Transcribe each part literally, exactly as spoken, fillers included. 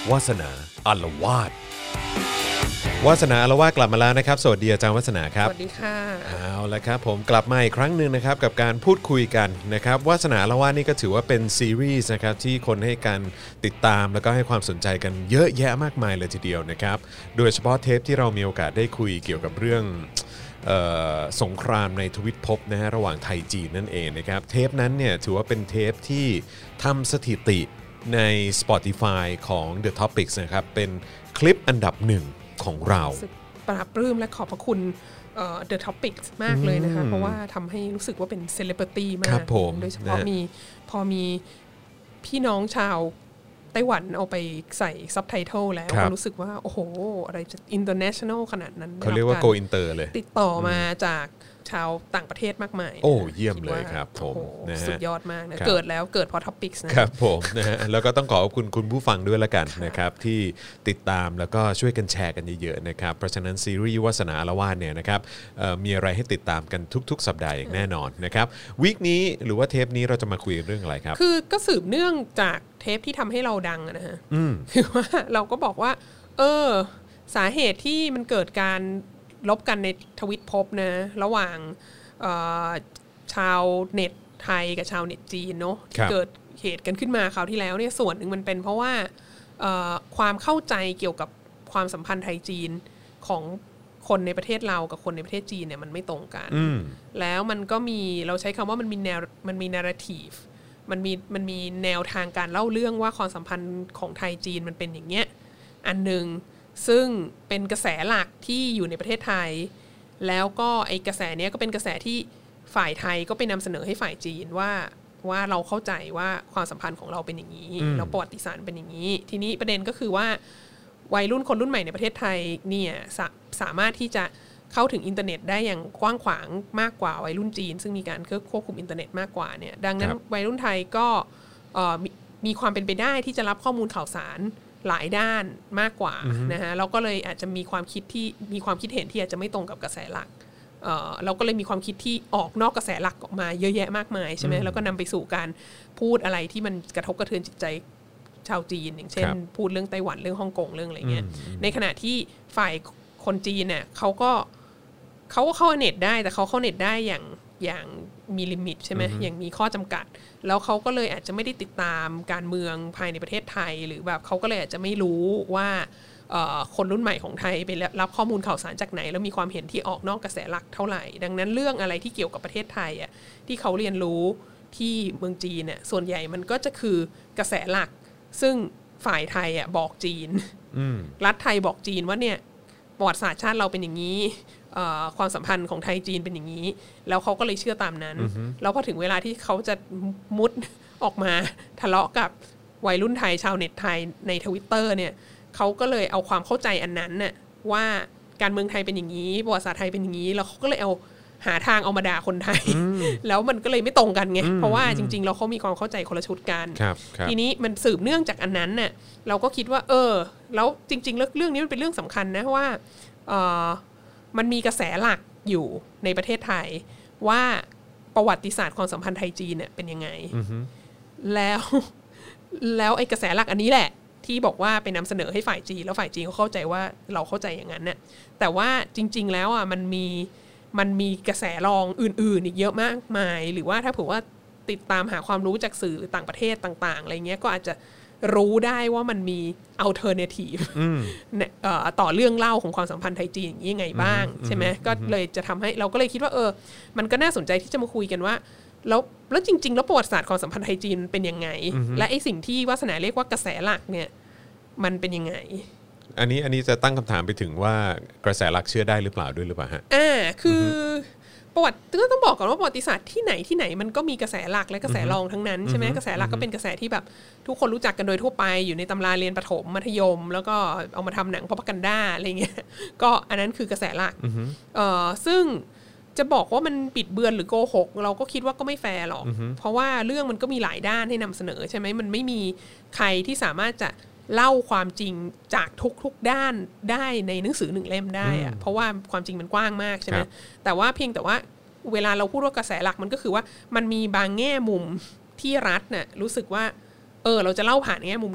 วาสนาอารวาสวาสนาอารวาสกลับมาแล้วนะครับสวัสดีอาจารย์วาสนาครับสวัสดีค่ะเอาละครับผมกลับมาอีกครั้งหนึ่งนะครับกับการพูดคุยกันนะครับวาสนาอารวาสนี่ก็ถือว่าเป็นซีรีส์นะครับที่คนให้การติดตามแล้วก็ให้ความสนใจกันเยอะแยะมากมายเลยทีเดียวนะครับโดยเฉพาะเทปที่เรามีโอกาสได้คุยเกี่ยวกับเรื่องสงครามในทวิภพนะฮะระหว่างไทยจีนนั่นเองนะครับเทปนั้นเนี่ยถือว่าเป็นเทปที่ทำสถิติใน Spotify ของ The Topics นะครับเป็นคลิปอันดับหนึ่งของเราปราบปลื้มและขอบพระคุณเอ่อ The Topics มากเลยนะคะเพราะว่าทำให้รู้สึกว่าเป็นเซเลบริตี้มากโดยเฉพาะมีพอมีพี่น้องชาวไต้หวันเอาไปใส่ซับไตเติลแล้วรู้สึกว่าโอ้โหอะไรจะ international ขนาดนั้นเขาเรียกว่า go inter เลยติดต่อมาจากชาวต่างประเทศมากมายโอ้เยี่ยมเลยครับผมนะฮะสุดยอดมากนะเกิดแล้วเกิดเพราะ Topics นะครับผมนะฮะแล้วก็ต้องขอขอบคุณคุณผู้ฟังด้วยละกันนะครับที่ติดตามแล้วก็ช่วยกันแชร์กันเยอะๆนะครับเพราะฉะนั้นซีรีส์วาสนาอารวาสเนี่ยนะครับมีอะไรให้ติดตามกันทุกๆสัปดาห์อย่างแน่นอนนะครับวีคนี้หรือว่าเทปนี้เราจะมาคุยเรื่องอะไรครับคือก็สืบเนื่องจากเทปที่ทำให้เราดังนะฮะคือว่าเราก็บอกว่าเออสาเหตุที่มันเกิดการลบกันในทวิตภพนะระหว่างชาวเน็ตไทยกับชาวเน็ตจีนเนาะที่เกิดเหตุกันขึ้นมาคราวที่แล้วเนี่ยส่วนหนึ่งมันเป็นเพราะว่าความเข้าใจเกี่ยวกับความสัมพันธ์ไทยจีนของคนในประเทศเรากับคนในประเทศจีนเนี่ยมันไม่ตรงกันแล้วมันก็มีเราใช้คำว่ามันมีแนวมันมี narrative มันมีมันมีแนวทางการเล่าเรื่องว่าความสัมพันธ์ของไทยจีนมันเป็นอย่างเงี้ยอันนึงซึ่งเป็นกระแสหลักที่อยู่ในประเทศไทยแล้วก็ไอ้กระแสเนี้ยก็เป็นกระแสที่ฝ่ายไทยก็ไปนำเสนอให้ฝ่ายจีนว่าว่าเราเข้าใจว่าความสัมพันธ์ของเราเป็นอย่างนี้แล้วประวัติศาสตร์เป็นอย่างนี้ทีนี้ประเด็นก็คือว่าวัยรุ่นคนรุ่นใหม่ในประเทศไทยเนี่ยสาสามารถที่จะเข้าถึงอินเทอร์เน็ตได้อย่างกว้างขวางมากกว่าวัยรุ่นจีนซึ่งมีการควบคุมอินเทอร์เน็ตมากกว่าเนี่ยดังนั้นวัยรุ่นไทยก็มีความเป็นไปได้ที่จะรับข้อมูลข่าวสารหลายด้านมากกว่านะฮะเราก็เลยอาจจะมีความคิดที่มีความคิดเห็นที่อาจจะไม่ตรงกับกระแสหลัก เอ่อเราก็เลยมีความคิดที่ออกนอกกระแสหลักออกมาเยอะแยะมากมายใช่ไหมแล้วก็นำไปสู่การพูดอะไรที่มันกระทบกระเทือนจิตใจชาวจีนอย่างเช่นพูดเรื่องไต้หวันเรื่องฮ่องกงเรื่องอะไรเงี้ยในขณะที่ฝ่ายคนจีนเนี่ยเขาก็เขาก็เข้าเน็ตได้แต่เขาเข้าเน็ตได้อย่างอย่างมีลิมิตใช่ไหมอย่างมีข้อจำกัดแล้วเขาก็เลยอาจจะไม่ได้ติดตามการเมืองภายในประเทศไทยหรือแบบเขาก็เลยอาจจะไม่รู้ว่าคนรุ่นใหม่ของไทยไปรับข้อมูลข่าวสารจากไหนแล้วมีความเห็นที่ออกนอกกระแสหลักเท่าไหร่ดังนั้นเรื่องอะไรที่เกี่ยวกับประเทศไทยอ่ะที่เขาเรียนรู้ที่เมืองจีนเนี่ยส่วนใหญ่มันก็จะคือกระแสหลักซึ่งฝ่ายไทยอ่ะบอกจีนรัฐไทยบอกจีนว่าเนี่ยประวัติศาสตร์ชาติเราเป็นอย่างนี้ความสัมพันธ์ของไทยจีนเป็นอย่างนี้แล้วเขาก็เลยเชื่อตามนั้นแล้วพอถึงเวลาที่เขาจะมุดออกมาทะเลาะกับวัยรุ่นไทยชาวเน็ตไทยใน Twitter เนี่ยเขาก็เลยเอาความเข้าใจอันนั้นน่ะว่าการเมืองไทยเป็นอย่างนี้ประวัติศาสตร์ไทยเป็นอย่างนี้แล้วเขาก็เลยเอาหาทางเอามาด่าคนไทยแล้วมันก็เลยไม่ตรงกันไงเพราะว่าจริงๆเราเขามีความเข้าใจคนละชุดกันทีนี้มันสืบเนื่องจากอันนั้นน่ะเราก็คิดว่าเออแล้วจริงๆเรื่องนี้มันเป็นเรื่องสำคัญนะว่าเออมันมีกระแสหลักอยู่ในประเทศไทยว่าประวัติศาสตร์ความสัมพันธ์ไทยจีนเนี่ยเป็นยังไงแล้วแล้วไอ้กระแสหลักอันนี้แหละที่บอกว่าไปนำเสนอให้ฝ่ายจีนแล้วฝ่ายจีนเขาเข้าใจว่าเราเข้าใจอย่างนั้นน่ะแต่ว่าจริงๆแล้วอ่ะมันมีมันมีกระแสรองอื่นๆอีกเยอะมากมายหรือว่าถ้าเผื่อว่าติดตามหาความรู้จากสื่อต่างประเทศต่างๆอะไรเงี้ยก็อาจจะรู้ได้ว่ามันมี alternative ต่อเรื่องเล่าของความสัมพันธ์ไทยจีนอย่างนี้ยังไงบ้างใช่ไหมก็เลยจะทำให้เราก็เลยคิดว่าเออมันก็น่าสนใจที่จะมาคุยกันว่าแล้วแล้วจริงๆแล้วประวัติศาสตร์ความสัมพันธ์ไทยจีนเป็นยังไงและไอ้สิ่งที่วาสนาเรียกว่ากระแสหลักเนี่ยมันเป็นยังไงอันนี้อันนี้จะตั้งคำถามไปถึงว่ากระแสหลักเชื่อได้หรือเปล่าด้วยหรือเปล่าฮะอ่าคือประวัติก็ต้องบอกก่อนว่าประวัติศาสตร์ที่ไหนที่ไหนมันก็มีกระแสหลักและกระแสรองทั้งนั้นใช่ไหมกระแสหลักก็เป็นกระแสที่แบบทุกคนรู้จักกันโดยทั่วไปอยู่ในตำราเรียนประถมมัธยมแล้วก็เอามาทำหนังพอพกันด้าอะไรเงี้ยก็อันนั้นคือกระแสหลักเอ่อซึ่งจะบอกว่ามันปิดเบือนหรือโกหกเราก็คิดว่าก็ไม่แฟร์หรอกเพราะว่าเรื่องมันก็มีหลายด้านให้นำเสนอใช่ไหมมันไม่มีใครที่สามารถจะเล่าความจริงจากทุกๆด้านได้ในหนังสือหนึ่งเล่มได้อะเพราะว่าความจริงมันกว้างมากใช่ไหมแต่ว่าเพียงแต่ว่าเวลาเราพูดว่ากระแสหลักมันก็คือว่ามันมีบางแง่มุมที่รัฐน่ะรู้สึกว่าเออเราจะเล่าผ่านแง่มุมนี้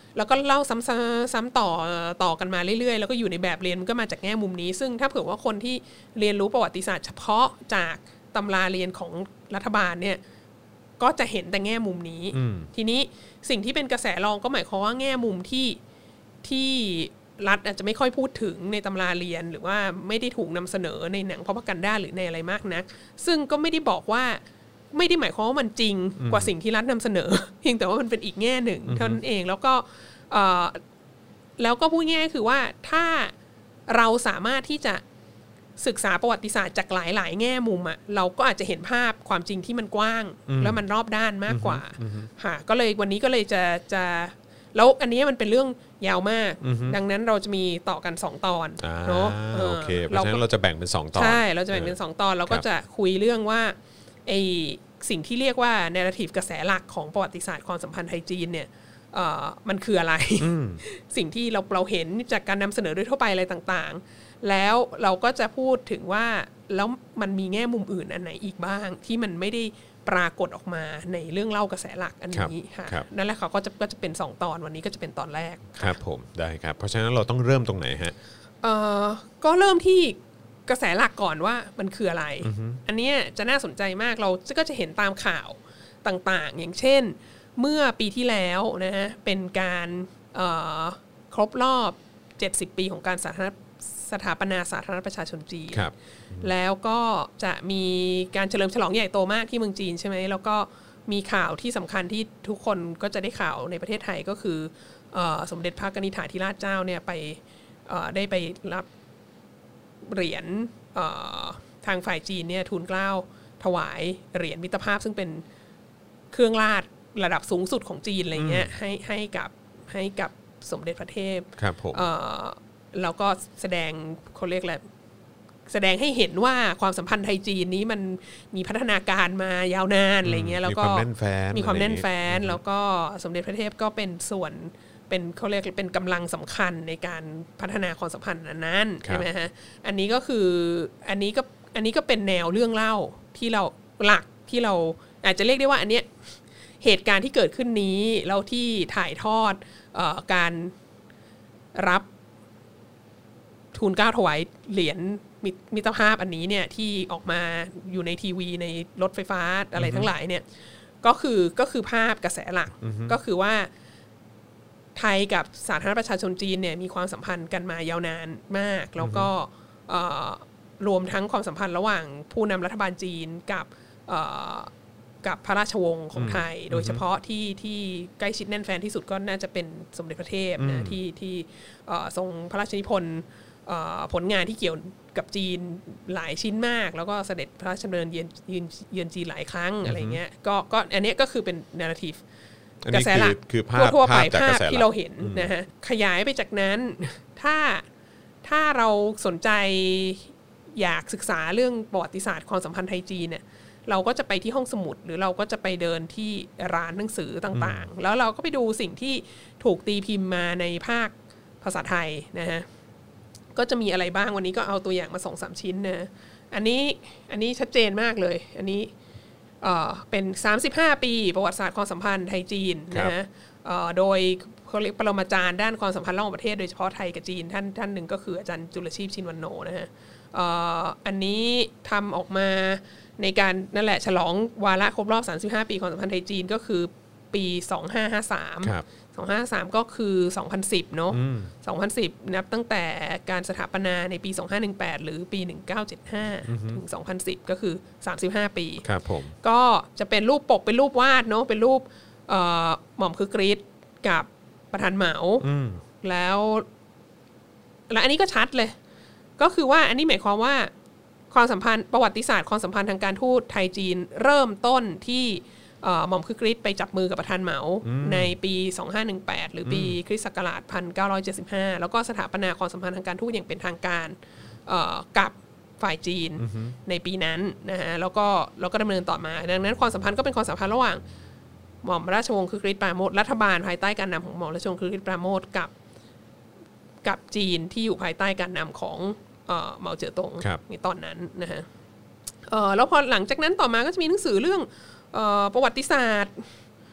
แล้วก็เล่าซ้ำซ้ำต่อต่อกันมาเรื่อยๆแล้วก็อยู่ในแบบเรียนมันก็มาจากแง่มุมนี้ซึ่งถ้าเผื่อว่าคนที่เรียนรู้ประวัติศาสตร์เฉพาะจากตำราเรียนของรัฐบาลเนี่ยก็จะเห็นแต่แง่มุมนี้ทีนี้สิ่งที่เป็นกระแสรองก็หมายความว่าแง่มุมที่ที่รัฐอาจจะไม่ค่อยพูดถึงในตำราเรียนหรือว่าไม่ได้ถูกนำเสนอในหนังพอพกันด้าหรือในอะไรมากนักซึ่งก็ไม่ได้บอกว่าไม่ได้หมายความว่ามันจริงกว่าสิ่งที่รัฐนำเสนอเพียงแต่ว่ามันเป็นอีกแง่หนึ่งเท่านั้นเองแล้วก็แล้วก็พูดง่ายคือว่าถ้าเราสามารถที่จะศึกษาประวัติศาสตร์จากหลายๆแง่มุมอ่ะเราก็อาจจะเห็นภาพความจริงที่มันกว้างแล้วมันรอบด้านมากกว่าค่ะก็เลยวันนี้ก็เลยจะจะแล้วอันนี้มันเป็นเรื่องยาวมากดังนั้นเราจะมีต่อกันสองตอนเนาะโอเคเพราะฉะนั้นเราจะแบ่งเป็นสองตอนใช่เราจะแบ่งเป็นสองตอนเราก็จะคุยเรื่องว่าไอสิ่งที่เรียกว่า narrative กระแสหลักของประวัติศาสตร์ความสัมพันธ์ไทยจีนเนี่ยมันคืออะไรสิ่งที่เราเราเห็นจากการนำเสนอโดยทั่วไปอะไรต่างๆแล้วเราก็จะพูดถึงว่าแล้วมันมีแง่มุมอื่นอันไหนอีกบ้างที่มันไม่ได้ปรากฏออกมาในเรื่องเล่ากระแสหลักอันนี้ค่ะนั่นแหละค่ะก็จะก็จะเป็นสองตอนวันนี้ก็จะเป็นตอนแรกครับผมได้ครับเพราะฉะนั้นเราต้องเริ่มตรงไหนฮะเอ่อก็เริ่มที่กระแสหลักก่อนว่ามันคืออะไร uh-huh. อันนี้จะน่าสนใจมากเราก็จะเห็นตามข่าวต่างๆอย่างเช่นเมื่อปีที่แล้วนะฮะเป็นการครบรอบเจ็ดสิบปีของการสาธารณสถาปนาสาธารณประชาชนจีนแล้วก็จะมีการเฉลิมฉลองใหญ่โตมากที่เมืองจีนใช่ไหมแล้วก็มีข่าวที่สำคัญที่ทุกคนก็จะได้ข่าวในประเทศไทยก็คือสมเด็จพระกนิษฐาธิราชเจ้าเนี่ยไปได้ไปรับเหรียญทางฝ่ายจีนเนี่ยทูลเกล้าถวายเหรียญมิตรภาพซึ่งเป็นเครื่องราชระดับสูงสุดของจีนอะไรเงี้ยให้ให้กับให้กับสมเด็จพระเทพครับผมแล้วก็แสดงเขาเรียกอะไรแสดงให้เห็นว่าความสัมพันธ์ไทยจีนนี้มันมีพัฒนาการมายาวนานอะไรเงี้ยแล้วก็มีความแน่นแฟ้นมีความแน่นแฟ้นแล้วก็สมเด็จพระเทพก็เป็นส่วนเป็นเขาเรียกเป็นกำลังสำคัญในการพัฒนาความสัมพันธ์นั้นใช่ไหมฮะอันนี้ก็คืออันนี้ก็อันนี้ก็เป็นแนวเรื่องเล่าที่เราหลักที่เราอาจจะเรียกได้ว่าอันเนี้ยเหตุการณ์ที่เกิดขึ้นนี้แล้วที่ถ่ายทอดเอ่อการรับทูลเกล้าถวายเหรียญมิตรภาพอันนี้เนี่ยที่ออกมาอยู่ในทีวีในรถไฟฟ้าอะไรทั้งหลายเนี่ยก็คือก็คือภาพกระแสหลักก็คือว่าไทยกับสาธารณประชาชนจีนเนี่ยมีความสัมพันธ์กันมายาวนานมากแล้วก็รวมทั้งความสัมพันธ์ระหว่างผู้นำรัฐบาลจีนกับกับพระราชวงศ์ของไทยโดยเฉพาะที่ที่ใกล้ชิดแน่นแฟ้นที่สุดก็น่าจะเป็นสมเด็จพระเทพนะที่ที่ทรงพระราชนิพนธ์ผลงานที่เกี่ยวกับจีนหลายชิ้นมากแล้วก็เสด็จพระราชดำเนินเยือนเยือนจีนหลายครั้งอะไรเงี้ยก็ก็อันนี้ก็คือเป็น narrative กระแสหลักทั่วไปภาพที่เราเห็นนะฮะขยายไปจากนั้นถ้าถ้าเราสนใจอยากศึกษาเรื่องประวัติศาสตร์ความสัมพันธ์ไทยจีนเนี่ยเราก็จะไปที่ห้องสมุดหรือเราก็จะไปเดินที่ร้านหนังสือต่างๆแล้วเราก็ไปดูสิ่งที่ถูกตีพิมพ์มาในภาคภาษาไทยนะฮะก็จะมีอะไรบ้างวันนี้ก็เอาตัวอย่างมา สองสาม ชิ้นนะอันนี้อันนี้ชัดเจนมากเลยอันนี้เอ่อเป็นสามสิบห้าปีประวัติศาสตร์ความสัมพันธ์ไทยจีนนะฮะเอ่อโดยเขาเรียกปรมาจารย์ด้านความสัมพันธ์ระหว่างประเทศโดยเฉพาะไทยกับจีนท่านท่านหนึ่งก็คืออาจารย์จุลชีพชินวรรณโนนะฮะเอ่ออันนี้ทำออกมาในการนั่นแหละฉลองวาระครบรอบสามสิบห้าปีความสัมพันธ์ไทยจีนก็คือปีสองพันห้าร้อยห้าสิบสามครับสองพันห้าร้อยห้าสิบสามก็คือสองพันสิบเนาะสองพันสิบนับตั้งแต่การสถาปนาในปีสองพันห้าร้อยสิบแปดหรือปีหนึ่งพันเก้าร้อยเจ็ดสิบห้าถึงสองพันสิบก็คือสามสิบห้าปีครับผมก็จะเป็นรูปปกเป็นรูปวาดเนาะเป็นรูปเอ่อหม่อมคือกรีฑกับประธานเหมาแล้วแล้วอันนี้ก็ชัดเลยก็คือว่าอันนี้หมายความว่าความสัมพันธ์ประวัติศาสตร์ความสัมพันธ์ทางการทูตไทยจีนเริ่มต้นที่หม่อมคือกรีฑไปจับมือกับประธานเหมาในปีสองพันห้าร้อยสิบแปดหรือปีคริสต์ศักราชหนึ่งพันเก้าร้อยเจ็ดสิบห้าแล้วก็สถาปนาความสัมพันธ์ทางการทูตอย่างเป็นทางการกับฝ่ายจีนในปีนั้นนะฮะแล้วก็แล้วก็ดำเนินต่อมาดังนั้นความสัมพันธ์ก็เป็นความสัมพันธ์ระหว่างหม่อมราชวงศ์คือกรีฑปราโมชรัฐบาลภายใต้การนำของหม่อมราชวงศ์คือกรีฑปราโมชกับกับจีนที่อยู่ภายใต้การนำของเหมาเจ๋อตงในตอนนั้นนะฮะแล้วพอหลังจากนั้นต่อมาก็จะมีหนังสือเรื่องประวัติศาสตร์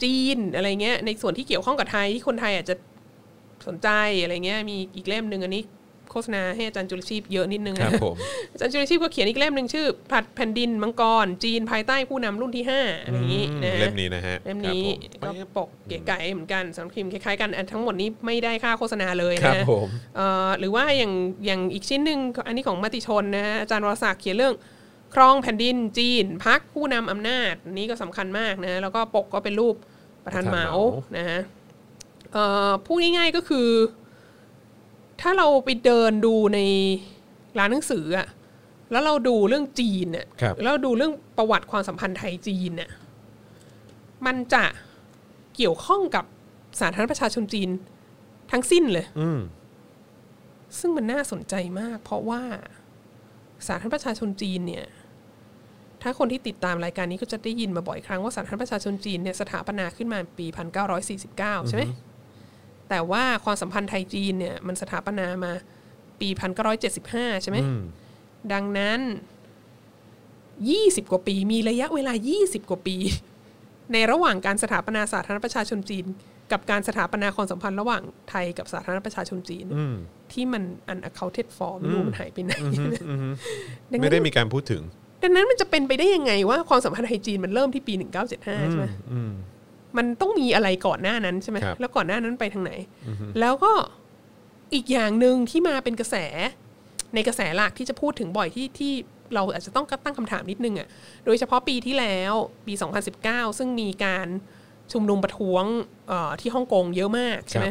จีนอะไรเงี้ยในส่วนที่เกี่ยวข้องกับไทยที่คนไทยอาจจะสนใจอะไรเงี้ยมีอีกเล่มนึงอันนี้โฆษณาให้อาจารย์จุลชีพเยอะนิดนึงครับผมอาจารย์จุลชีพก็เขียนอีกเล่มนึงชื่อผลัดแผ่นดินมังกรจีนภายใต้ผู้นำรุ่นที่ห้าอะไรอย่างนี้นะเล่มนี้นะฮะเล่มนี้ก็ปกเก๋ไก๋เหมือนกันสำนักพิมพ์คล้ายๆกันทั้งหมดนี้ไม่ได้ค่าโฆษณาเลยนะหรือว่าอย่างอย่างอีกชิ้นนึงอันนี้ของมติชนนะฮะอาจารย์วรศักดิ์เขียนเรื่องครองแผ่นดินจีนพรรคผู้นำอำนาจนี้ก็สำคัญมากนะแล้วก็ปกก็เป็นรูปประธานเหมานะฮะพูดง่ายๆก็คือถ้าเราไปเดินดูในร้านหนังสืออะแล้วเราดูเรื่องจีนอะแล้วดูเรื่องประวัติความสัมพันธ์ไทยจีนเนี่ยมันจะเกี่ยวข้องกับสาธารณประชาชนจีนทั้งสิ้นเลยซึ่งมันน่าสนใจมากเพราะว่าสาธารณประชาชนจีนเนี่ยถ้าคนที่ติดตามรายการนี้ก็จะได้ยินมาบ่อยครั้งว่าสาธารณประชาชนจีนเนี่ยสถาปนาขึ้นมาปีหนึ่งพันเก้าร้อยสี่สิบเก้าใช่ไหมแต่ว่าความสัมพันธ์ไทยจีนเนี่ยมันสถาปนามาปีหนึ่งพันเก้าร้อยเจ็ดสิบห้าใช่ไหมดังนั้นยี่สิบกว่าปีมีระยะเวลายี่สิบกว่าปีในระหว่างการสถาปนาสาธารณประชาชนจีนกับการสถาปนาความสัมพันธ์ระหว่างไทยกับสาธารณประชาชนจีนที่มัน unaccounted for ไม่รู้มันหายไปไหนไม่ได้มีการพูดถึงดังนั้นมันจะเป็นไปได้ยังไงว่าความสัมพันธ์ไทยจีนมันเริ่มที่ปีหนึ่งพันเก้าร้อยเจ็ดสิบห้าใช่ไหมมันต้องมีอะไรก่อนหน้านั้นใช่ไหมแล้วก่อนหน้านั้นไปทางไหนแล้วก็อีกอย่างนึงที่มาเป็นกระแสในกระแสหลักที่จะพูดถึงบ่อยที่ที่เราอาจจะต้องตั้งคำถามนิดนึงอ่ะโดยเฉพาะปีที่แล้วปีสองพันสิบเก้าซึ่งมีการชุมนุมประท้วงที่ฮ่องกงเยอะมากใช่ไหม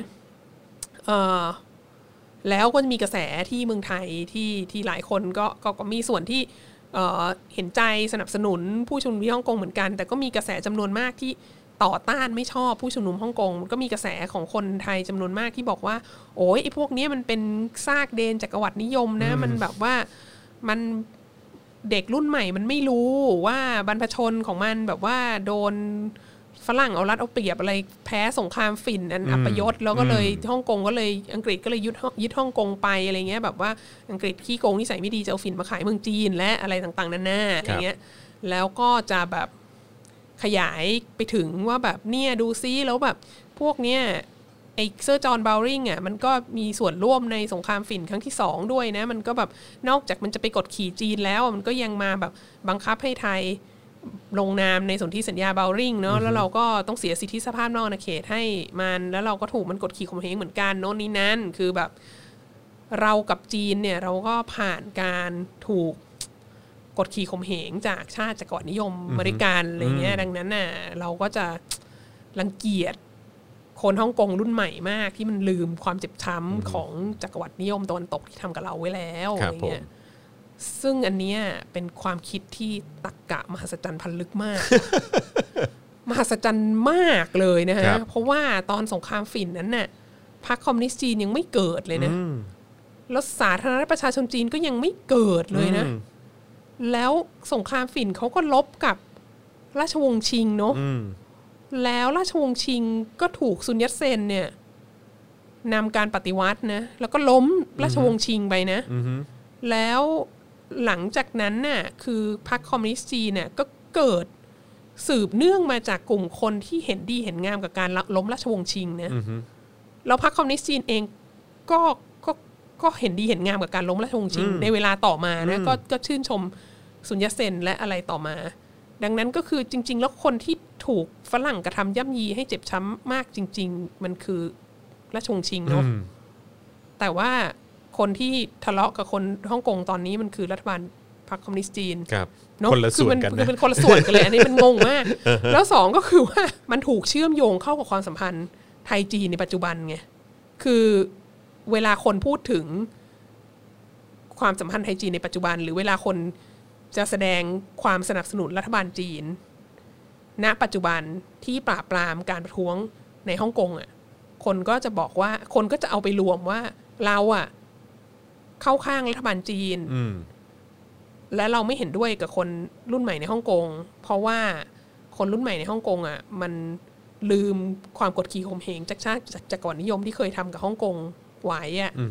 แล้วก็จะมีกระแสที่เมืองไทยที่ที่หลายคนก็ก็มีส่วนที่เห็นใจสนับสนุนผู้ชุมนุมที่ฮ่องกงเหมือนกันแต่ก็มีกระแสจำนวนมากที่ต่อต้านไม่ชอบผู้ชุมนุมฮ่องกงก็มีกระแสของคนไทยจำนวนมากที่บอกว่าโอ้ยไอ้พวกนี้มันเป็นซากเดนจักรวรรดินิยมนะมันแบบว่ามันเด็กรุ่นใหม่มันไม่รู้ว่าบรรพชนของมันแบบว่าโดนฝรั่งเอารัดเอาเปรียบอะไรแพ้สงครามฝิ่นอันอัปยศแล้วก็เลยฮ่องกงก็เลยอังกฤษก็เลยยึดยึดฮ่องกงไปอะไรเงี้ยแบบว่าอังกฤษขี้โกงนิสัยไม่ดีจะเอาฝิ่นมาขายเมืองจีนและอะไรต่างๆนานาอะไรเงี้ยแล้วก็จะแบบขยายไปถึงว่าแบบเนี่ยดูซิแล้วแบบพวกเนี้ยไอ้เซอร์จอห์นบาวริงอ่ะมันก็มีส่วนร่วมในสงครามฝิ่นครั้งที่สองด้วยนะมันก็แบบนอกจากมันจะไปกดขี่จีนแล้วมันก็ยังมาแบบบังคับให้ไทยลงนามในสนธิสัญญาบาวริงเนาะแล้วเราก็ต้องเสียสิทธิสภาพนอกอาณาเขตให้มันแล้วเราก็ถูกมันกดขี่ข่มเหงเหมือนกันโน่นนี่นั่นคือแบบเรากับจีนเนี่ยเราก็ผ่านการถูกกดขี่ข่มเหงจากชาติจักรวรรดินิยมอเมริกันอะไรเงี้ยดังนั้นน่ะเราก็จะรังเกียจคนฮ่องกงรุ่นใหม่มากที่มันลืมความเจ็บช้ำของจักรวรรดินิยมตะวันตกที่ทำกับเราไว้แล้วอะไรเงี้ยซึ่งอันเนี้ยเป็นความคิดที่ตรรกะมหัศจรรย์พันลึกมาก มหัศจรรย์มากเลยนะฮะเพราะว่าตอนสงครามฝิ่นนั้นน่ะพรรคคอมมิวนิสต์จีนยังไม่เกิดเลยนะแล้วสาธารณรัฐประชาชนจีนก็ยังไม่เกิดเลยนะแล้วสงครามฝิ่นเขาก็ลบกับราชวงศ์ชิงเนาะแล้วราชวงศ์ชิงก็ถูกซุนยัตเซนเนี่ยนำการปฏิวัตินะแล้วก็ล้มราชวงศ์ชิงไปนะแล้วหลังจากนั้นน่ะคือพรรคคอมมิวนิสต์จีนเนี่ยก็เกิดสืบเนื่องมาจากกลุ่มคนที่เห็นดีเห็นงามกับการล้มราชวงศ์ชิงนะแล้วพรรคคอมมิวนิสต์จีนเองก็ก็ก็เห็นดีเห็นงามกับการล้มราชวงศ์ชิงในเวลาต่อมานะก็ก็ชื่นชมซุนยัตเซนและอะไรต่อมาดังนั้นก็คือจริงๆแล้วคนที่ถูกฝรั่งกระทำย่ำยีให้เจ็บช้ำมากจริงๆมันคือราชวงศ์ชิงเนาะแต่ว่าคนที่ทะเลาะกับคนฮ่องกงตอนนี้มันคือรัฐบาลพรรคคอมมิวนิสต์จีนคนละส่วนกันนะคือเป็นคนละส่วนกันเลยอันนี้มันงงมากแล้วสองก็คือว่ามันถูกเชื่อมโยงเข้ากับความสัมพันธ์ไทยจีนในปัจจุบันไงคือเวลาคนพูดถึงความสัมพันธ์ไทยจีนในปัจจุบันหรือเวลาคนจะแสดงความสนับสนุนรัฐบาลจีนณปัจจุบันที่ปราบปรามการประท้วงในฮ่องกงอ่ะคนก็จะบอกว่าคนก็จะเอาไปรวมว่าเราอ่ะเข้าข้างรัฐบาลจีนและเราไม่เห็นด้วยกับคนรุ่นใหม่ในฮ่องกงเพราะว่าคนรุ่นใหม่ในฮ่องกงอ่ะมันลืมความกดขี่ข่มเหงจากชาติจักรวรรดินิยมที่เคยทำกับฮ่องกงไว้อ่ะ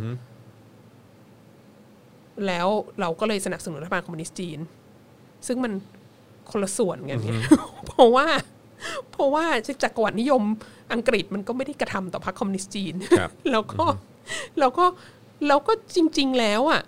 แล้วเราก็เลยสนับสนุนรัฐบาลคอมมิวนิสต์จีนซึ่งมันคนละส่วนกัน เพราะว่าเพราะว่าจักรวรรดินิยมอังกฤษมันก็ไม่ได้กระทำต่อพรรคคอมมิวนิสต์จีนแล้วก็แล้วก็แล้วก็จริงๆแล้วอ่ะ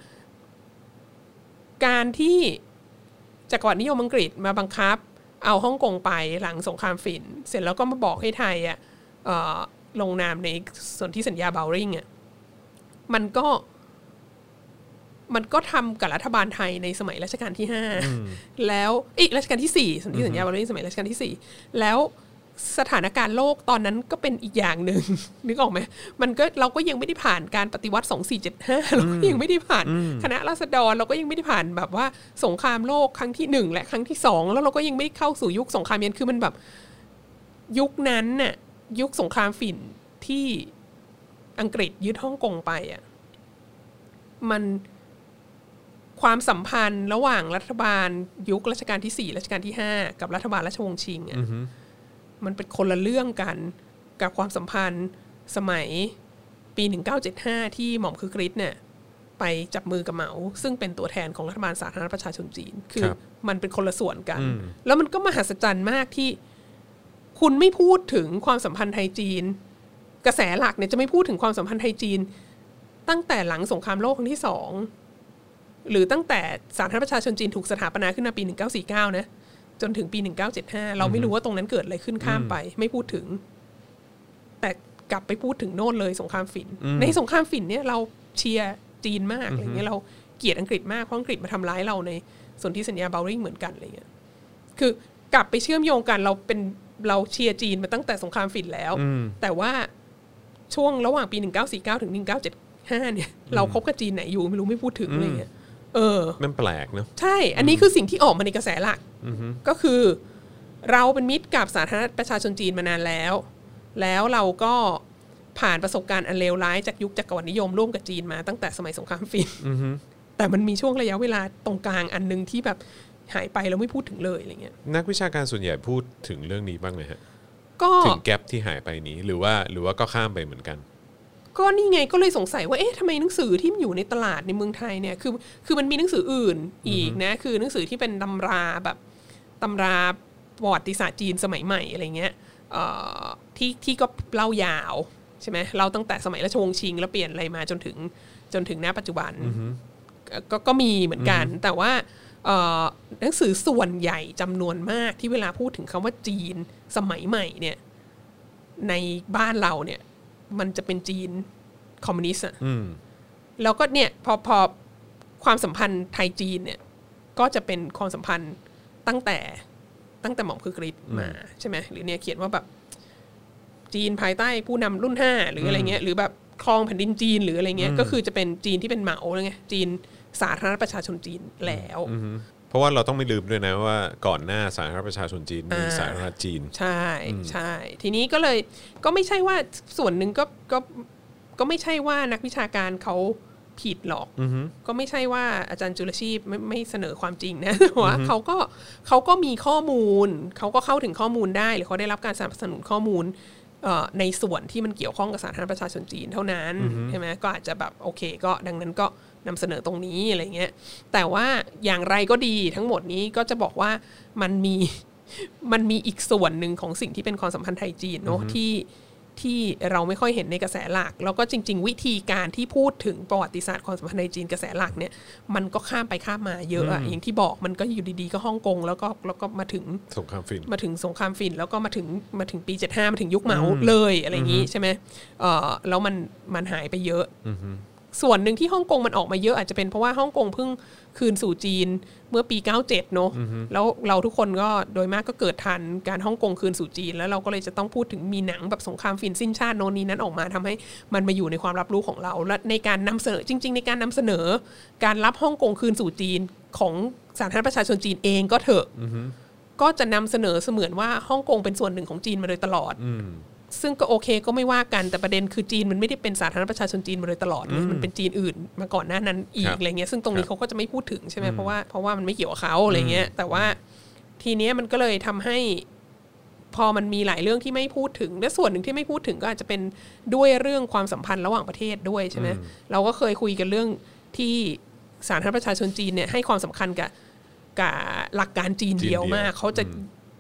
การที่จักรวรรดินิยมอังกฤษมาบังคับเอาฮ่องกงไปหลังสงครามฝิ่นเสร็จแล้วก็มาบอกให้ไทยอ่ะลงนามในสนธิสัญญาเบลริงอ่ะมันก็มันก็ทำกับรัฐบาลไทยในสมัยรัชกาลที่ห้าแล้วอีกรัชกาลที่สี่สนธิสัญญาเบลริงสมัยรัชกาลที่สี่แล้วสถานการณ์โลกตอนนั้นก็เป็นอีกอย่างหนึ่งนึกออกไหมมันก็เราก็ยังไม่ได้ผ่านการปฏิวัติสองสี่เจ็ดห้าเราก็ยังไม่ได้ผ่านคณะราษฎรเราก็ยังไม่ได้ผ่านแบบว่าสงครามโลกครั้งที่หนึ่งและครั้งที่สองแล้วเราก็ยังไม่เข้าสู่ยุคสงครามเย็นคือมันแบบยุคนั้นน่ะยุคสงครามฝิ่นที่อังกฤษยึดฮ่องกงไปอ่ะมันความสัมพันธ์ระหว่างรัฐบาลยุครัชกาลที่สี่รัชกาลที่ห้ากับรัฐบาลราชวงศ์ชิงอ่ะมันเป็นคนละเรื่องกันกับความสัมพันธ์สมัยปีหนึ่งเก้าเจ็ดห้าที่หม่อมคึกฤทธิ์เนี่ยไปจับมือกับเหมาซึ่งเป็นตัวแทนของรัฐบาลสาธารณรัฐประชาชนจีนคือมันเป็นคนละส่วนกันแล้วมันก็มหัศจรรย์มากที่คุณไม่พูดถึงความสัมพันธ์ไทยจีนกระแสหลักเนี่ยจะไม่พูดถึงความสัมพันธ์ไทยจีนตั้งแต่หลังสงครามโลกครั้งที่สองหรือตั้งแต่สาธารณรัฐประชาชนจีนถูกสถาปนาขึ้นมาปีหนึ่งเก้าสี่เก้านะจนถึงปีหนึ่งเก้าเจ็ดห้าเราไม่รู้ว่าตรงนั้นเกิดอะไรขึ้นข้ามไปไม่พูดถึงแต่กลับไปพูดถึงโน่นเลยสงครามฝิ่นในสงครามฝิ่นเนี่ยเราเชียร์จีนมากอะไรเงี้ยเราเกลียดอังกฤษมากเพราะอังกฤษมาทำร้ายเราในสนธิสัญญาเบลริงเหมือนกันอะไรเงี้ยคือกลับไปเชื่อมโยงกันเราเป็นเราเชียร์จีนมาตั้งแต่สงครามฝิ่นแล้วแต่ว่าช่วงระหว่างปีหนึ่งเก้าสี่เก้าถึงหนึ่งเก้าเจ็ดห้าเนี่ยเราคบกับจีนไหนอยู่ไม่รู้ไม่พูดถึงอะไรเงี้ยเออมันแปลกเนอะใช่อันนี้คือสิ่งที่ออกมาในกระแสหลักก็คือเราเป็นมิตรกับสาธารณรัฐประชาชนจีนมานานแล้วแล้วเราก็ผ่านประสบการณ์อันเลวร้ายจากยุคจักรวรรดินิยมร่วมกับจีนมาตั้งแต่สมัยสงครามฝิ่นแต่มันมีช่วงระยะเวลาตรงกลางอันนึงที่แบบหายไปแล้วไม่พูดถึงเลยอะไรเงี้ยนักวิชาการส่วนใหญ่พูดถึงเรื่องนี้บ้างไหมฮะก็ถึงแกปที่หายไปนี้หรือว่าหรือว่าก็ข้ามไปเหมือนกันก็นี่ไงก็เลยสงสัยว่าเอ๊ะทำไมหนังสือที่มันอยู่ในตลาดในเมืองไทยเนี่ยคือคือมันมีหนังสืออื่นอีกนะคือหนังสือที่เป็นตำราแบบตำราประวัติศาสตร์จีนสมัยใหม่อะไรเงี้ยที่ที่ก็เล่ายาวใช่ไหมเราตั้งแต่สมัยราชวงศ์ชิงแล้วเปลี่ยนอะไรมาจนถึงจนถึงณปัจจุบันก็ก็มีเหมือนกันแต่ว่าหนังสือส่วนใหญ่จำนวนมากที่เวลาพูดถึงคำว่าจีนสมัยใหม่เนี่ยในบ้านเราเนี่ยมันจะเป็นจีนคอมมิวนิสต์อ่ะแล้วก็เนี่ยพอพอความสัมพันธ์ไทยจีนเนี่ยก็จะเป็นความสัมพันธ์ตั้งแต่ตั้งแต่หม่อมคึกฤทธิ์มาใช่ไหมหรือเนี่ยเขียนว่าแบบจีนภายใต้ผู้นำรุ่นห้าหรืออะไรเงี้ยหรือแบบครองแผ่นดินจีนหรืออะไรเงี้ยก็คือจะเป็นจีนที่เป็นเหมาแล้วไงจีนสาธารณรัฐประชาชนจีนแล้วเพราะว่าเราต้องไม่ลืมด้วยนะว่าก่อนหน้าสาธารณรัฐประชาชนจีนมีสาธารณรัฐจีนใช่ใช่ทีนี้ก็เลยก็ไม่ใช่ว่าส่วนหนึ่งก็ก็ก็ไม่ใช่ว่านักวิชาการเขาผิดหรอกก็ไม่ใช่ว่าอาจารย์จุลชีพไม่ไม่เสนอความจริงนะแต่ว่าเขาก็เขาก็มีข้อมูลเขาก็เข้าถึงข้อมูลได้หรือเขาได้รับการสนับสนุนข้อมูลในส่วนที่มันเกี่ยวข้องกับสาธารณรัฐประชาชนจีนเท่านั้นใช่ไหมก็อาจจะแบบโอเคก็ดังนั้นก็นำเสนอตรงนี้อะไรเงี้ยแต่ว่าอย่างไรก็ดีทั้งหมดนี้ก็จะบอกว่ามันมีมันมีอีกส่วนหนึ่งของสิ่งที่เป็นความสัมพันธ์ไทยจีนเนาะที่ที่เราไม่ค่อยเห็นในกระแสหลักแล้วก็จริงๆวิธีการที่พูดถึงประวัติศาสตร์ความสัมพันธ์ไทยจีนกระแสหลักเนี่ยมันก็ข้ามไปข้ามมาเยอะอะอย่างที่บอกมันก็อยู่ดีๆก็ฮ่องกงแล้วก็แล้วก็มาถึงสงครามฝิ่นมาถึงสงครามฝิ่นแล้วก็มาถึงมาถึงปีเจ็ดสิบห้ามาถึงยุคเหมาเลยอะไรอย่างงี้ใช่ไหมเออแล้วมันมันหายไปเยอะส่วนหนึ่งที่ฮ่องกงมันออกมาเยอะอาจจะเป็นเพราะว่าฮ่องกงเพิ่งคืนสู่จีนเมื่อปีเก้าสิบเจ็ดเนาะแล้วเราทุกคนก็โดยมากก็เกิดทันการฮ่องกงคืนสู่จีนแล้วเราก็เลยจะต้องพูดถึงมีหนังแบบสงครามฝิ่นสิ้นชาติโน่นนี้นั้นออกมาทำให้มันมาอยู่ในความรับรู้ของเราและในการนำเสนอจริงๆในการนำเสนอการรับฮ่องกงคืนสู่จีนของสาธารณรัฐประชาชนจีนเองก็เถอะก็จะนำเสนอเสมือนว่าฮ่องกงเป็นส่วนหนึ่งของจีนมาโดยตลอดซึ่งก็โอเคก็ไม่ว่ากันแต่ประเด็นคือจีนมันไม่ได้เป็นสาธารณรัฐประชาชนจีนมาโดยตลอดมันเป็นจีนอื่นมาก่อนหน้านั้นอีกอะไรเงี้ยซึ่งตรงนี้เขาก็จะไม่พูดถึงใช่ไหมเพราะว่าเพราะว่ามันไม่เกี่ยวกับเขาอะไรเงี้ยแต่ว่าทีเนี้ยมันก็เลยทำให้พอมันมีหลายเรื่องที่ไม่พูดถึงและส่วนหนึ่งที่ไม่พูดถึงก็อาจจะเป็นด้วยเรื่องความสัมพันธ์ระหว่างประเทศด้วยใช่ไหมเราก็เคยคุยกันเรื่องที่สาธารณรัฐประชาชนจีนเนี่ยให้ความสำคัญกับกับหลักการจีนเดียวมากเขาจะ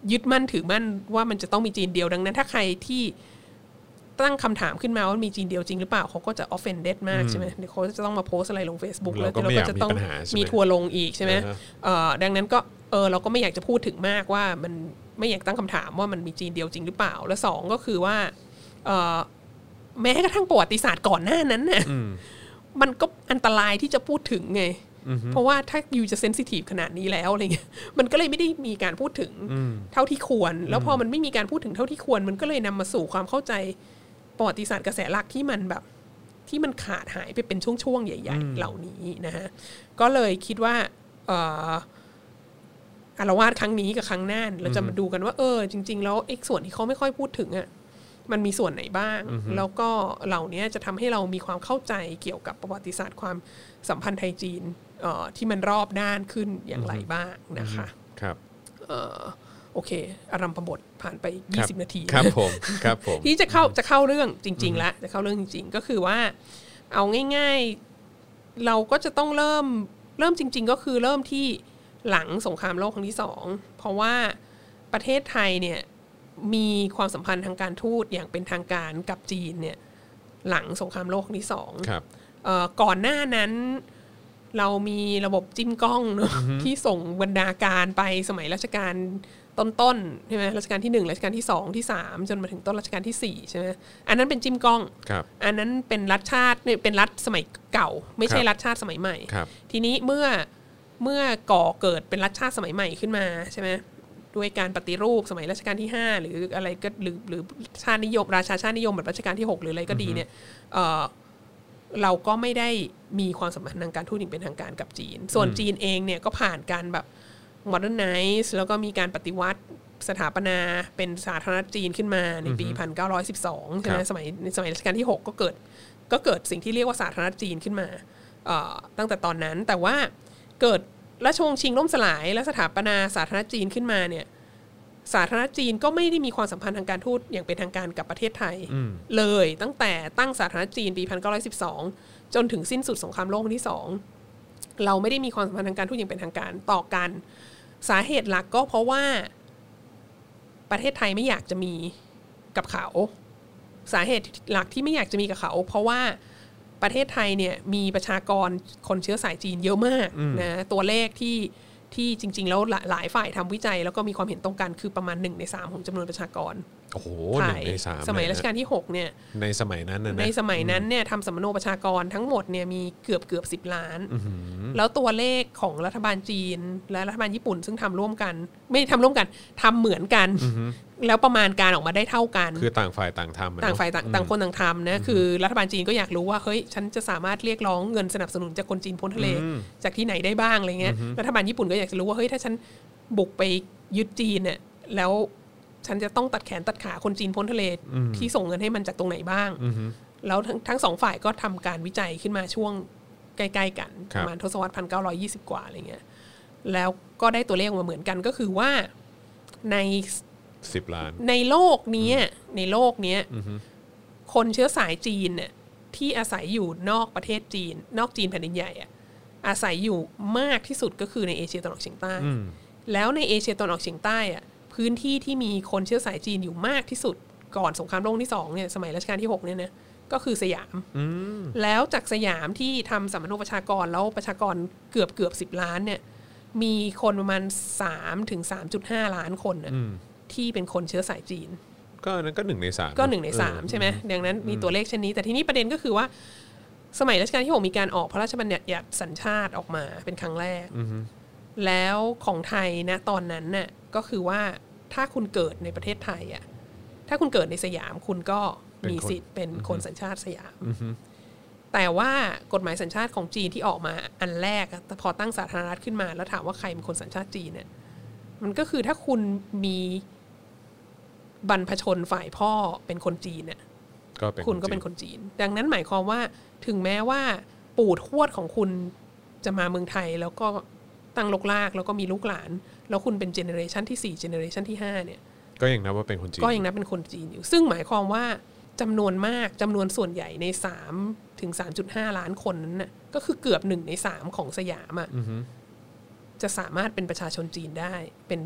ยึดมั่นถือมั่นว่ามันจะต้องมีจีนเดียวดังนั้นถ้าใครที่ตั้งคำถามขึ้นมาว่ามีจีนเดียวจริงหรือเปล่าเขาก็จะ offended มากใช่ไหมเดี๋ยวเขาจะต้องมาโพสอะไรลง Facebook แล้วเราก็จะต้องมีทัวร์ลงอีกใช่ไหมดังนั้นก็เออเราก็ไม่อยากจะพูดถึงมากว่ามันไม่อยากตั้งคำถามว่ามันมีจีนเดียวจริงหรือเปล่าและสองก็คือว่าแม้กระทั่งประวัติศาสตร์ก่อนหน้านั้นน่ะมันก็อันตรายที่จะพูดถึงไงเพราะว่าถ้าอยู่จะเซนซิทีฟขนาดนี้แล้วอะไรเงี้ยมันก็เลยไม่ได้มีการพูดถึงเท่าที่ควรแล้วพอมันไม่มีการพูดถึงเท่าที่ควรมันก็เลยนำมาสู่ความเข้าใจประวัติศาสตร์กระแสหลักที่มันแบบที่มันขาดหายไปเป็นช่วงๆใหญ่ๆเหล่านี้นะฮะก็เลยคิดว่าเอ่ออาละวาดครั้งนี้กับครั้งหน้าเราจะมาดูกันว่าเออจริงๆแล้วไอ้ส่วนที่เขาไม่ค่อยพูดถึงอ่ะมันมีส่วนไหนบ้างแล้วก็เหล่านี้จะทำให้เรามีความเข้าใจเกี่ยวกับประวัติศาสตร์ความสัมพันธ์ไทยจีนที่มันรอบด้านขึ้นอย่างไรบ้างนะคะครับโอเคอารัมภบทผ่านไปยี่สิบนาทีครับผมครับผมที่จะเข้าจะเข้าเรื่องจริงๆแล้วจะเข้าเรื่องจริงๆก็คือว่าเอาง่ายๆเราก็จะต้องเริ่มเริ่มจริงๆก็คือเริ่มที่หลังสงครามโลกครั้งที่สองเพราะว่าประเทศไทยเนี่ยมีความสัมพันธ์ทางการทูตอย่างเป็นทางการกับจีนเนี่ยหลังสงครามโลกครั้งที่สองก่อนหน้านั้นเรามีระบบจิ้มกล้องเนอะที่ส่งบรรณาการไปสมัยรัชกาลต้นๆใช่ไหมรัชกาลที่หนึ่งรัชกาลที่สองที่สามจนมาถึงต้นรัชกาลที่สี่ใช่ไหมอันนั้นเป็นจิ้มกล้องอันนั้นเป็นรัฐชาติเป็นรัฐสมัยเก่าไม่ใช่รัฐชาติสมัยใหม่ทีนี้เมื่อเมื่อก่อเกิดเป็นรัฐชาติสมัยใหม่ขึ้นมาใช่ไหมด้วยการปฏิรูปสมัยรัชกาลที่ห้าหรืออะไรก็หรือหรือชาตินิยมราชาชาตินิยมแบบรัชกาลที่หกหรืออะไรก็ดีเนี่ยเอ่อเราก็ไม่ได้มีความสัมพันธ์ทางการทูตอย่างเป็นทางการกับจีนส่วนจีนเองเนี่ยก็ผ่านการแบบ modernize แล้วก็มีการปฏิวัติสถาปนาเป็นสาธารณรัฐจีนขึ้นมาในปีหนึ่งพันเก้าร้อยสิบสองใช่ไหมสมัยในสมัยรัชกาลที่หกก็เกิดก็เกิดสิ่งที่เรียกว่าสาธารณรัฐจีนขึ้นมาตั้งแต่ตอนนั้นแต่ว่าเกิดราชวงศ์ชิงล่มสลายและสถาปนาสาธารณรัฐจีนขึ้นมาเนี่ยสาธารณรัฐจีนก็ไม่ได้มีความสัมพันธ์ทางการทูตอย่างเป็นทางการกับประเทศไทยเลยตั้งแต่ตั้งสาธารณรัฐจีนปีหนึ่งพันเก้าร้อยสิบสองจนถึงสิ้นสุดสงครามโลกครั้งที่สองเราไม่ได้มีความสัมพันธ์ทางการทูตอย่างเป็นทางการต่อกันสาเหตุหลักก็เพราะว่าประเทศไทยไม่อยากจะมีกับเขาสาเหตุหลักที่ไม่อยากจะมีกับเขาเพราะว่าประเทศไทยเนี่ยมีประชากรคนเชื้อสายจีนเยอะมากนะตัวเลขที่ที่จริงๆแล้วหลายฝ่ายทำวิจัยแล้วก็มีความเห็นตรงกันคือประมาณหนึ่งในสามของจำนวนประชากรโอ้โหหนึ่งในสามสมัยรัชกาลที่หกเนี่ยในสมัยนั้นนะในสมัยนั้นเนี่ยทำสมโนประชากรทั้งหมดเนี่ยมีเกือบเกือบสิบล้านแล้วตัวเลขของรัฐบาลจีนและรัฐบาลญี่ปุ่นซึ่งทำร่วมกันไม่ทำร่วมกันทำเหมือนกันแล้วประมาณการออกมาได้เท่ากันคือต่างฝ่ายต่างทำต่างฝ่ายต่างคนต่างทำนะคือรัฐบาลจีนก็อยากรู้ว่าเฮ้ยฉันจะสามารถเรียกร้องเงินสนับสนุนจากคนจีนพ้นทะเลจากที่ไหนได้บ้างอะไรเงี้ยรัฐบาลญี่ปุ่นก็อยากจะรู้ว่าเฮ้ยถ้าฉันบุกไปยึดจีนเนี่ยแล้วฉันจะต้องตัดแขนตัดขาคนจีนพ้นทะเลที่ส่งเงินให้มันจากตรงไหนบ้างแล้วทั้งทั้งสองฝ่ายก็ทำการวิจัยขึ้นมาช่วงใกล้ๆกันประมาณทศวรรษหนึ่งพันเก้าร้อยยี่สิบกว่าอะไรเงี้ยแล้วก็ได้ตัวเลขมาเหมือนกันก็คือว่าในสิบล้านในโลกนี้ในโลกนี้คนเชื้อสายจีนเนี่ยที่อาศัยอยู่นอกประเทศจีนนอกจีนแผ่นดินใหญ่อะอาศัยอยู่มากที่สุดก็คือในเอเชียตะวันออกเฉียงใต้แล้วในเอเชียตะวันออกเฉียงใต้อะพื้นที่ที่มีคนเชื้อสายจีนอยู่มากที่สุดก่อนสงครามโลกที่สองเนี่ยสมัยรัชกาลที่หกเนี่ยนะก็คือสยามแล้วจากสยามที่ทำสัมมโนประชากรแล้วประชากรเกือบเกือบสิบล้านเนี่ยมีคนประมาณสามถึงสามจุดห้าล้านคนน่ะที่เป็นคนเชื้อสายจีนก็นั้นก็หนึ่งในสามก็หนึ่งในสามใช่ไหมดังนั้นมีตัวเลขเช่นนี้แต่ทีนี้ประเด็นก็คือว่าสมัยรัชกาลที่หกมีการออกพระราชบัญญัติสัญชาติออกมาเป็นครั้งแรกแล้วของไทยนะตอนนั้นน่ะก็คือว่าถ้าคุณเกิดในประเทศไทยอ่ะถ้าคุณเกิดในสยามคุณก็มีสิทธิ์เป็นคนสัญชาติสยามแต่ว่ากฎหมายสัญชาติของจีนที่ออกมาอันแรกพอตั้งสาธารณรัฐขึ้นมาแล้วถามว่าใครเป็นคนสัญชาติจีนเนี่ยมันก็คือถ้าคุณมีบรรพชนฝ่ายพ่อเป็นคนจีนเนี่ยคุณก็เป็นคนจีนดังนั้นหมายความว่าถึงแม้ว่าปู่ทวดของคุณจะมาเมืองไทยแล้วก็ตั้งลกลากแล้วก็มีลูกหลานแล้วคุณเป็นเจเนอเรชันที่สี่เจเนอเรชันที่ห้าเนี่ยก็ยังนับว่าเป็นคนจีนก็ยังนับเป็นคนจีนอยู่ซึ่งหมายความว่าจำนวนมากจำนวนส่วนใหญ่ในสามถึงสามจุดห้าล้านคนนั้นน่ะก็คือเกือบหนึ่งในสามของสยามอ่ะจะสามารถเป็นประชาชนจีนได้เป็น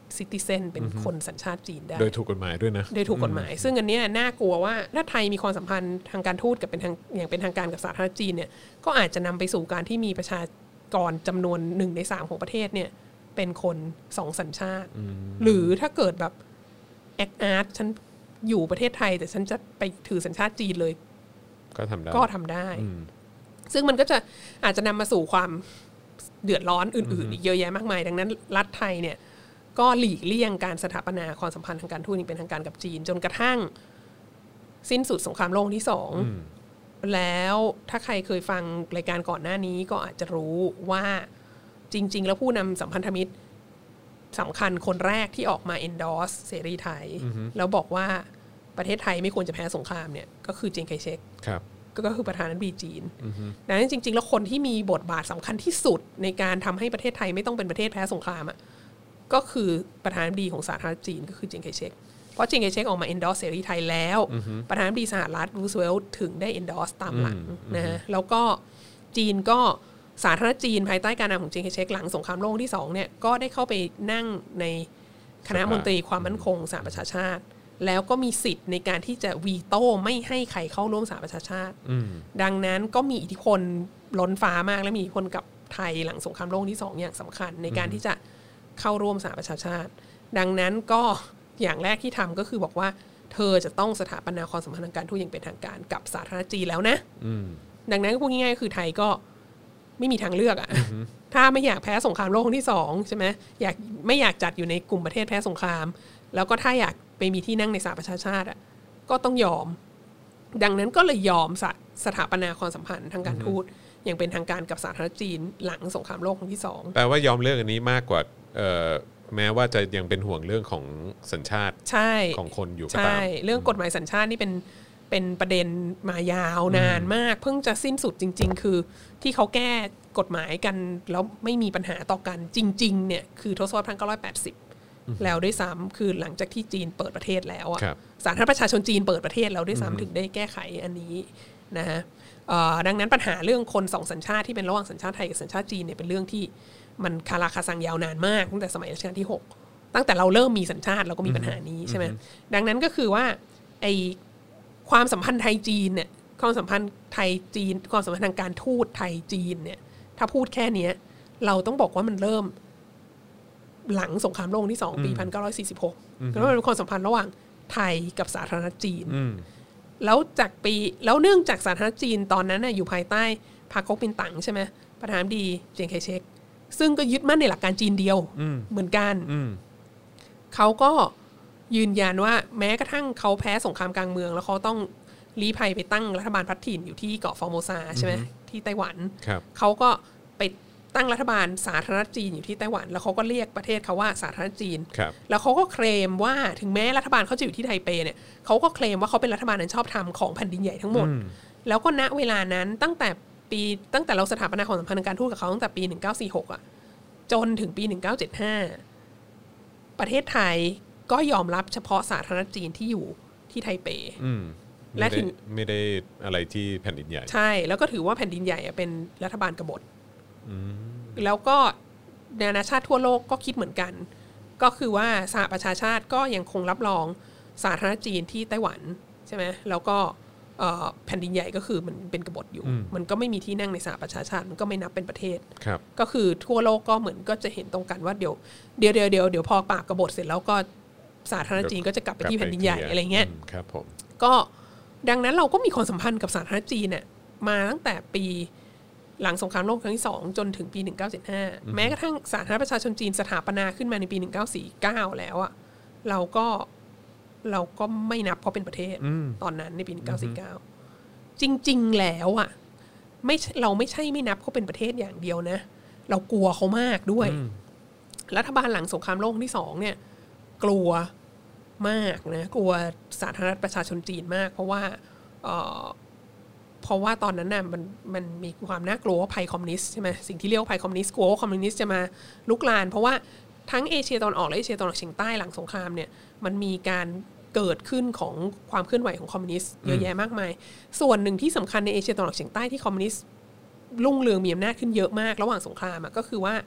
ซิติเซนเป็นคนสัญชาติจีนได้โดยถูกกฎหมายด้วยนะโดยถูกกฎหมายซึ่งอันเนี้ยน่ากลัวว่าถ้าไทยมีความสัมพันธ์ทางการทูตกับเป็นทางอย่างเป็นทางการกับสาธารณรัฐจีนเนี่ยก็อาจจะนำไปสู่การที่มีประชากรจำนวนหนึ่งในสามของประเทศเนี่ยเป็นคนสองสัญชาติหรือถ้าเกิดแบบแอคอาร์ตฉันอยู่ประเทศไทยแต่ฉันจะไปถือสัญชาติจีนเลยก็ทำได้ก็ทำได้ซึ่งมันก็จะอาจจะนำมาสู่ความเดือดร้อนอื่นๆอีกเยอะแยะมากมายดังนั้นรัฐไทยเนี่ยก็หลีกเลี่ยงการสถาปนาความสัมพันธ์ทางการทูตอย่างเป็นทางการกับจีนจนกระทั่งสิ้นสุดสงครามโลกที่สองแล้วถ้าใครเคยฟังรายการก่อนหน้านี้ก็อาจจะรู้ว่าจริงๆแล้วผู้นำสัมพันธมิตรสำคัญคนแรกที่ออกมา endorse เสรีไทยแล้วบอกว่าประเทศไทยไม่ควรจะแพ้สงครามเนี่ยก็คือเจียงไคเชกก็คือประธานาธิบดีจีนดังนั้นจริงๆแล้วคนที่มีบทบาทสำคัญที่สุดในการทำให้ประเทศไทยไม่ต้องเป็นประเทศแพ้สงครามอ่ะก็คือประธานาธิบดีของสาธารณรัฐจีนก็คือเจียงไคเชกเพราะเจียงไคเชกออกมา endorse เสรีไทยแล้วประธานาธิบดีสหรัฐรูสเวลต์ถึงได้ endorse ตามหลังนะฮะแล้วก็จีนก็สาธารณรัฐจีนภายใต้การนำของเจียงไคเชกหลังสงครามโลกที่สองเนี่ยก็ได้เข้าไปนั่งในคณะมนตรีความมั่นคงสหประชาชาติแล้วก็มีสิทธิ์ในการที่จะวีโต้ไม่ให้ใครเข้าร่วมสหประชาชาติดังนั้นก็มีอิทธิพลล้นฟ้ามากและมีอิทธิพลกับไทยหลังสงครามโลกที่สองอย่างสำคัญในการที่จะเข้าร่วมสหประชาชาติดังนั้นก็อย่างแรกที่ทำก็คือบอกว่าเธอจะต้องสถาปนาความสัมพันธ์ทางการทูตอย่างเป็นทางการกับสาธารณรัฐจีนแล้วนะดังนั้นก็พูดง่ายๆคือไทยก็ไม่มีทางเลือกอ่ะถ้าไม่อยากแพ้สงครามโลกครั้งที่สองใช่ไหมอยากไม่อยากจัดอยู่ในกลุ่มประเทศแพ้สงครามแล้วก็ถ้าอยากไปมีที่นั่งในสหประชาชาติอ่ะก็ต้องยอมดังนั้นก็เลยยอมสสถาปนาความสัมพันธ์ทางการทูตอย่างเป็นทางการกับสาธารณรัฐจีนหลังสงครามโลกครั้งที่สองแปลว่ายอมเลือกอันนี้มากกว่าแม้ว่าจะยังเป็นห่วงเรื่องของสัญชาติของคนอยู่ก็ตามใช่เรื่องกฎหมายสัญชาตินี่เป็นเป็นประเด็นมายาวนานมากเพิ่งจะสิ้นสุดจริงๆคือที่เขาแก้กฎหมายกันแล้วไม่มีปัญหาต่อกันจริงๆเนี่ยคือทศวรรษพันเก้าร้อยแปดสิบแล้วด้วยซ้ำคือหลังจากที่จีนเปิดประเทศแล้วอะสาธารณประชาชนจีนเปิดประเทศแล้วด้วยซ้ำถึงได้แก้ไขอันนี้นะฮะดังนั้นปัญหาเรื่องคนสองสัญชาติที่เป็นระหว่างสัญชาติไทยกับสัญชาติจีนเนี่ยเป็นเรื่องที่มันคาราคาซังยาวนานมากตั้งแต่สมัยรัชกาลที่หกตั้งแต่เราเริ่มมีสัญชาติเราก็มีปัญหานี้ใช่ไหมดังนั้นก็คือว่าไอความสัมพันธ์ไทยจีนเนี่ยความสัมพันธ์ไทยจีนความสัมพันธ์ทางการทูตไทยจีนเนี่ยถ้าพูดแค่นี้เราต้องบอกว่ามันเริ่มหลังสงครามโลกที่สองปีหนึ่งพันเก้าร้อยสี่สิบหกแล้วมันเป็นความสัมพันธ์ระหว่างไทยกับสาธารณรัฐจีนแล้วจากปีแล้วเนื่องจากสาธารณรัฐจีนตอนนั้นน่ะอยู่ภายใต้พรรคก๊กมินตั๋งใช่ไหมประธานาธิบดีเจียงไคเชกซึ่งก็ยึดมั่นในหลักการจีนเดียวเหมือนกันเขาก็ยืนยันว่าแม้กระทั่งเขาแพ้สงครามกลางเมืองแล้วเขาต้องลี้ภัยไปตั้งรัฐบาลพัฒถิ่นอยู่ที่เกาะฟอร์โมซาใช่ไหมที่ไต้หวันเขาก็ไปตั้งรัฐบาลสาธารณรัฐจีนอยู่ที่ไต้หวันแล้วเขาก็เรียกประเทศเขาว่าสาธารณรัฐจีนแล้วเขาก็เคลมว่าถึงแม้รัฐบาลเขาจะอยู่ที่ไทเปเนี่ยเขาก็เคลมว่าเขาเป็นรัฐบาลอันชอบธรรมของแผ่นดินใหญ่ทั้งหมดแล้วก็ณเวลานั้นตั้งแต่ปีตั้งแต่เราสถาปนาความสัมพันธ์ทางการทูตกับเขาตั้งแต่ปีหนึ่งพันเก้าร้อยสี่สิบหกอ่ะจนถึงปีหนึ่งพันเก้าร้อยเจ็ดสิบห้าประเทศไทยก็ยอมรับเฉพาะสาธารณรัฐจีนที่อยู่ที่ไทเปและถึงไม่ได้อะไรที่แผ่นดินใหญ่ใช่แล้วก็ถือว่าแผ่นดินใหญ่เป็นรัฐบาลกบฏแล้วก็นานาชาติทั่วโลกก็คิดเหมือนกันก็คือว่าสหประชาชาติก็ยังคงรับรองสาธารณรัฐจีนที่ไต้หวันใช่ไหมแล้วก็แผ่นดินใหญ่ก็คือมันเป็นกบฏอยู่มันก็ไม่มีที่นั่งในสหประชาชาติมันก็ไม่นับเป็นประเทศก็คือทั่วโลกก็เหมือนก็จะเห็นตรงกันว่าเดี๋ยวเดี๋ยวเดี๋ยวเดี๋ยวเดี๋ยวพอปราบกบฏเสร็จแล้วก็สาธารณรัฐจีนก็จะกลับไปที่แผ่นดินใหญ่อะไรเงี้ยครับผมก็ดังนั้นเราก็มีความสัมพันธ์กับสาธารณรัฐจีนเนี่ยมาตั้งแต่ปีหลังสงครามโลกครั้งที่สองจนถึงปีหนึ่งพันเก้าร้อยเจ็ดสิบห้าแม้กระทั่งสาธารณประชาชนจีนสถาปนาขึ้นมาในปีหนึ่งพันเก้าร้อยสี่สิบเก้าแล้วอะเราก็เราก็ไม่นับเขาเป็นประเทศตอนนั้นในปีหนึ่งพันเก้าร้อยสี่สิบเก้าจริงๆแล้วอะไม่เราไม่ใช่ไม่นับเขาเป็นประเทศอย่างเดียวนะเรากลัวเขามากด้วยรัฐบาลหลังสงครามโลกครั้งที่สองเนี่ยกลัวมากนะกลัวสาธารณประชาชนจีนมากเพราะว่าเอ่อเพราะว่าตอนนั้นน่ะมันมันมีความน่ากลัวว่าภัยคอมมิวนิสต์ใช่ไหมสิ่งที่เรียกว่าภัยคอมมิวนิสต์กลัวว่าคอมมิวนิสต์จะมาลุกลานเพราะว่าทั้งเอเชียตะวันออกและเอเชียตะวันออกเฉียงใต้หลังสงครามเนี่ยมันมีการเกิดขึ้นของความเคลื่อนไหวของคอมมิวนิสต์เยอะแยะมากมายส่วนหนึ่งที่สำคัญในเอเชียตะวันออกเฉียงใต้ที่คอมมิวนิสต์รุ่งเรืองมีอำนาจขึ้นเยอะมากระหว่างสงครามก็คือว่า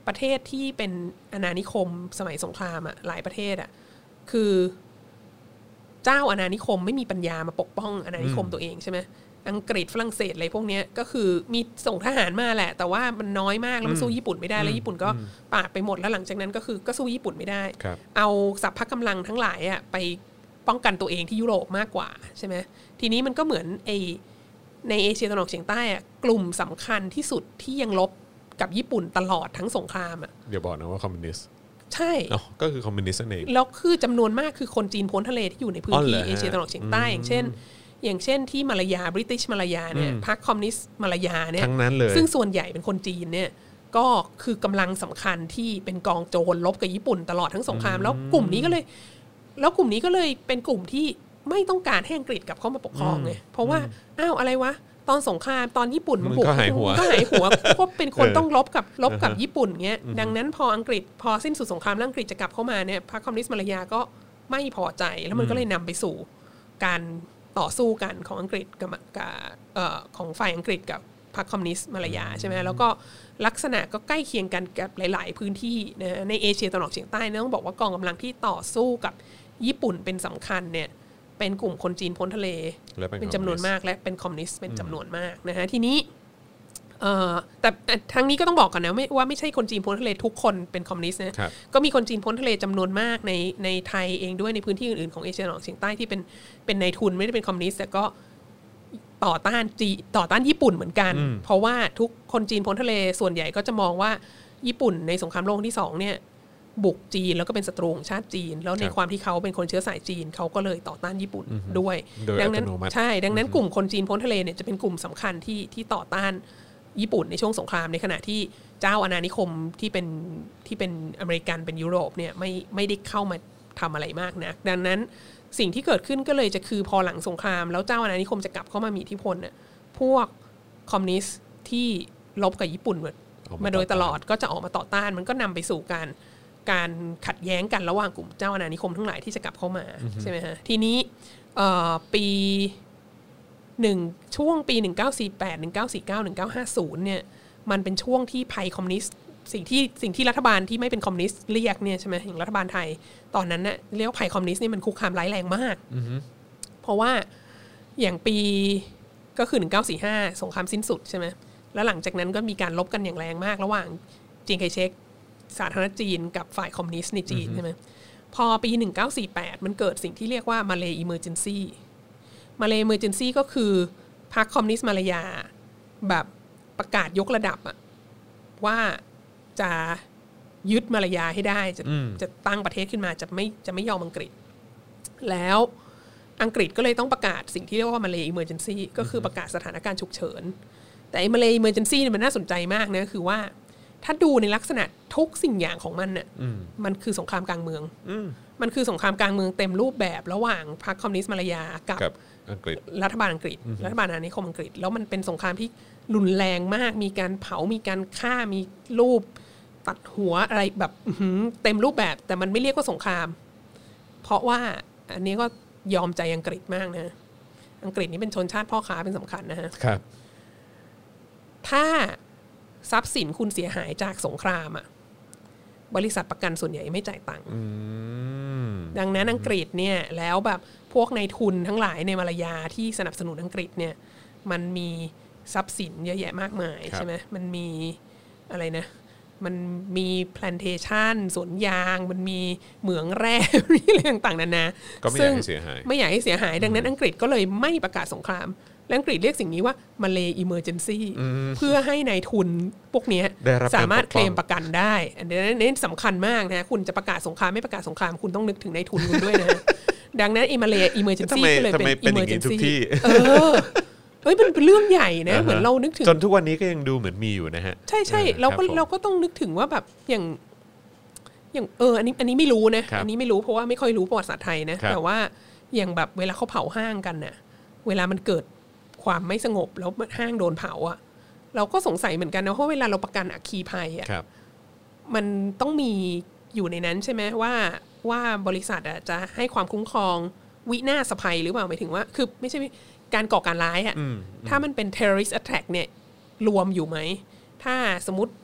ประเทศที่เป็นอาณานิคมสมัยสงครามอ่ะหลายประเทศอ่ะคือเจ้าอาณานิคมไม่มีปัญญามาปกป้องอาณานิคมตัวเองใช่ไหมอังกฤษฝรั่งเศสอะไรพวกนี้ก็คือมีส่งทหารมาแหละแต่ว่ามันน้อยมากแล้วมันสู้ญี่ปุ่นไม่ได้แล้วญี่ปุ่นก็ปราบไปหมดแล้วหลังจากนั้นก็คือก็สู้ญี่ปุ่นไม่ได้เอาสัพพะกำลังทั้งหลายอ่ะไปป้องกันตัวเองที่ยุโรปมากกว่าใช่ไหมทีนี้มันก็เหมือนไอในเอเชียตะวันออกเฉียงใต้อ่ะกลุ่มสำคัญที่สุดที่ยังลบกับญี่ปุ่นตลอดทั้งสงครามอ่ะอย่าบอกนะว่าคอมมิวนิสต์ใช่ก็คือคอมมิวนิสต์นั่นเองแล้วคือจำนวนมากคือคนจีนพ้นทะเลที่อยู่ในพื้นที่เอเชียตะวันออกเฉียงใต้อย่างเช่นอย่างเช่นที่มาลายาบริติชมาลายาเนี่ยพรรคคอมมิวนิสต์มาลายาเนี่ยซึ่งส่วนใหญ่เป็นคนจีนเนี่ยก็คือกำลังสำคัญที่เป็นกองโจรลบกับญี่ปุ่นตลอดทั้งสงครามแล้วกลุ่มนี้ก็เลยแล้วกลุ่มนี้ก็เลยเป็นกลุ่มที่ไม่ต้องการให้อังกฤษกลับเข้ามาปกครองไงเพราะว่าอ้าวอะไรวะตอนสงครามตอนญี่ปุ่นมาบุกก็หายหัวก็หายหัวเพราะเป็นคนต้องลบกับลบกับญี่ปุ่นเงี้ยดังนั้นพออังกฤษพอสิ้นสุดสงครามแล้วอังกฤษจะกลับเข้ามาเนี่ยพรรคคอมมิวนิสต์มาลายาก็ไม่พอใจแล้วมันก็เลยนำไปสู่การต่อสู้กันของอังกฤษกับกับเอ่อของฝ่ายอังกฤษกับพรรคคอมมิวนิสต์มาลายาใช่ไหมแล้วก็ลักษณะก็ใกล้เคียงกันกับหลายๆพื้นที่นะในเอเชียตะวันออกเฉียงใต้เนี่ยต้องบอกว่ากองกำลังที่ต่อสู้กับญี่ปุ่นเป็นสำคัญเนี่ยเป็นกลุ่มคนจีนพ้นทะเลเป็นจำนวนมากและเป็นคอมมิวนิสต์เป็นจำนวนมากนะฮะทีนี้แต่ทั้งนี้ก็ต้องบอกก่อนนะว่าไม่ใช่คนจีนพ้นทะเลทุกคนเป็นคอมมิวนิสต์นะก็มีคนจีนพ้นทะเลจำนวนมากในในไทยเองด้วยในพื้นที่อื่นๆของเอเชียตะวันออกเฉียงใต้ที่เป็นเป็นนายทุนไม่ได้เป็นคอมมิวนิสต์แต่ก็ต่อต้านจีต่อต้านญี่ปุ่นเหมือนกันเพราะว่าทุกคนจีนพ้นทะเลส่วนใหญ่ก็จะมองว่าญี่ปุ่นในสงครามโลกที่สองเนี่ยบุกจีนแล้วก็เป็นศัตรูของชาติจีนแล้วในความที่เขาเป็นคนเชื้อสายจีนเขาก็เลยต่อต้านญี่ปุ่นด้วยดังนั้นใช่ดังนั้นกลุ่มคนจีนพ้นทะเลเนี่ยจะเป็นกลุ่มสำคัญที่ที่ต่อต้านญี่ปุ่นในช่วงสงครามในขณะที่เจ้าอาณานิคมที่เป็นที่เป็นอเมริกันเป็นยุโรปเนี่ยไม่ไม่ได้เข้ามาทำอะไรมากนะดังนั้นสิ่งที่เกิดขึ้นก็เลยจะคือพอหลังสงครามแล้วเจ้าอาณานิคมจะกลับเข้ามามีอิทธิพลเนี่ยพวกคอมมิวนิสต์ที่ลบกับญี่ปุ่นมาโดยตลอดก็จะออกมาต่อต้านมันก็นำไปสู่การการขัดแย้งกันระหว่างกลุ่มเจ้าอาณานิคมทั้งหลายที่จะกลับเข้ามาใช่ไหมฮะทีนี้ปีหนึ่งช่วงปีหนึ่งเก้าสี่แปด หนึ่งเก้าสี่เก้า หนึ่งเก้าห้าศูนย์เนี่ยมันเป็นช่วงที่ภัยคอมมิวนิสต์สิ่งที่สิ่งที่รัฐบาลที่ไม่เป็นคอมมิวนิสต์เรียกเนี่ยใช่ไหมอย่างรัฐบาลไทยตอนนั้นน่ะเรียกว่าภัยคอมมิวนิสต์นี่มันคุกคามร้ายแรงมากเพราะว่าอย่างปีก็คือหนึ่งเก้าสี่ห้าสงครามสิ้นสุดใช่ไหมแล้วหลังจากนั้นก็มีการลบกันอย่างแรงมากระหว่างเจียงไคเชกสาธารณจีนกับฝ่ายคอมมิวนิสต์ในจีนใช่ไหมพอปีหนึ่งเก้าสี่แปดมันเกิดสิ่งที่เรียกว่ามาเลย์อิเมอร์เจนซีมาเลย์อิเมอร์เจนซีก็คือพรรคคอมมิวนิสต์มาลายาแบบประกาศยกระดับอะว่าจะยึดมาลายาให้ได้จะจะตั้งประเทศขึ้นมาจะไม่จะไม่ยอมอังกฤษแล้วอังกฤษก็เลยต้องประกาศสิ่งที่เรียกว่ามาเลย์อิเมอร์เจนซีก็คือประกาศสถานการณ์ฉุกเฉินแต่ไอ้มาเลย์อิเมอร์เจนซีเนี่ยมันน่าสนใจมากนะคือว่าถ้าดูในลักษณะทุกสิ่งอย่างของมันเนี่ยมันคือสงครามกลางเมืองมันคือสงครามกลางเมืองเต็มรูปแบบระหว่างพรรคคอมมิวนิสต์มาลายากับอังกฤษรัฐบาลอังกฤษรัฐบาลอาณานิคมอังกฤษแล้วมันเป็นสงครามที่รุนแรงมากมีการเผามีการฆ่ามีรูปตัดหัวอะไรแบบเต็มรูปแบบแต่มันไม่เรียกว่าสงครามเพราะว่าอันนี้ก็ยอมใจอังกฤษมากนะอังกฤษนี่เป็นชนชาติพ่อค้าเป็นสำคัญนะฮะครับถ้าทรัพย์สินคุณเสียหายจากสงครามอ่ะบริษัทประกันส่วนใหญ่ไม่จ่ายตังค์ดังนั้นอังกฤษเนี่ยแล้วแบบพวกนายทุนทั้งหลายในมาลายาที่สนับสนุนอังกฤษเนี่ยมันมีทรัพย์สินเยอะแยะมากมายใช่ไหมมันมีอะไรนะมันมีแพลนเทชันสวนยางมันมีเหมืองแร่มีอะไรต่างๆนานาก็ไม่อยากให้เสียหายไม่อยากให้เสียหายดังนั้นอังกฤษก็เลยไม่ประกาศสงครามและอังกฤษเรียกสิ่งนี้ว่ามาเลย์อิเมอร์เจนซีเพื่อให้นายทุนพวกนี้สามารถเคลมประกันได้อันนี้สำคัญมากนะคุณจะประกาศสงครามไม่ประกาศสงครามคุณต้องนึกถึงนายทุนคุณด้วยนะดังนั้นมาเลย์อิเมอร์เจนซีก็เลยเป็นอิเมอร์เจนซีเออเฮ้ยมันเป็นเรื่องใหญ่นะเหมือนเรานึกถึงจนทุกวันนี้ก็ยังดูเหมือนมีอยู่นะฮะใช่ใช่เราก็เราก็ต้องนึกถึงว่าแบบอย่างอย่างเอออันนี้อันนี้ไม่รู้นะอันนี้ไม่รู้เพราะว่าไม่ค่อยรู้ประวัติศาสตร์ไทยนะแต่ว่าอย่างแบบเวลาเขาเผาห้างกันน่ะเวลามันเกิดความไม่สงบแล้วห้างโดนเผาอ่ะเราก็สงสัยเหมือนกันนะเพราะเวลาเราประกันอัคคีภัยอ่ะมันต้องมีอยู่ในนั้นใช่ไหมว่าว่าบริษัทอ่ะจะให้ความคุ้มครองวินาศภัยหรือเปล่าหมายถึงว่าคือไม่ใช่การก่อการร้ายอ่ะถ้ามันเป็น terrorist attack เนี่ยรวมอยู่ไหมถ้าสมมติ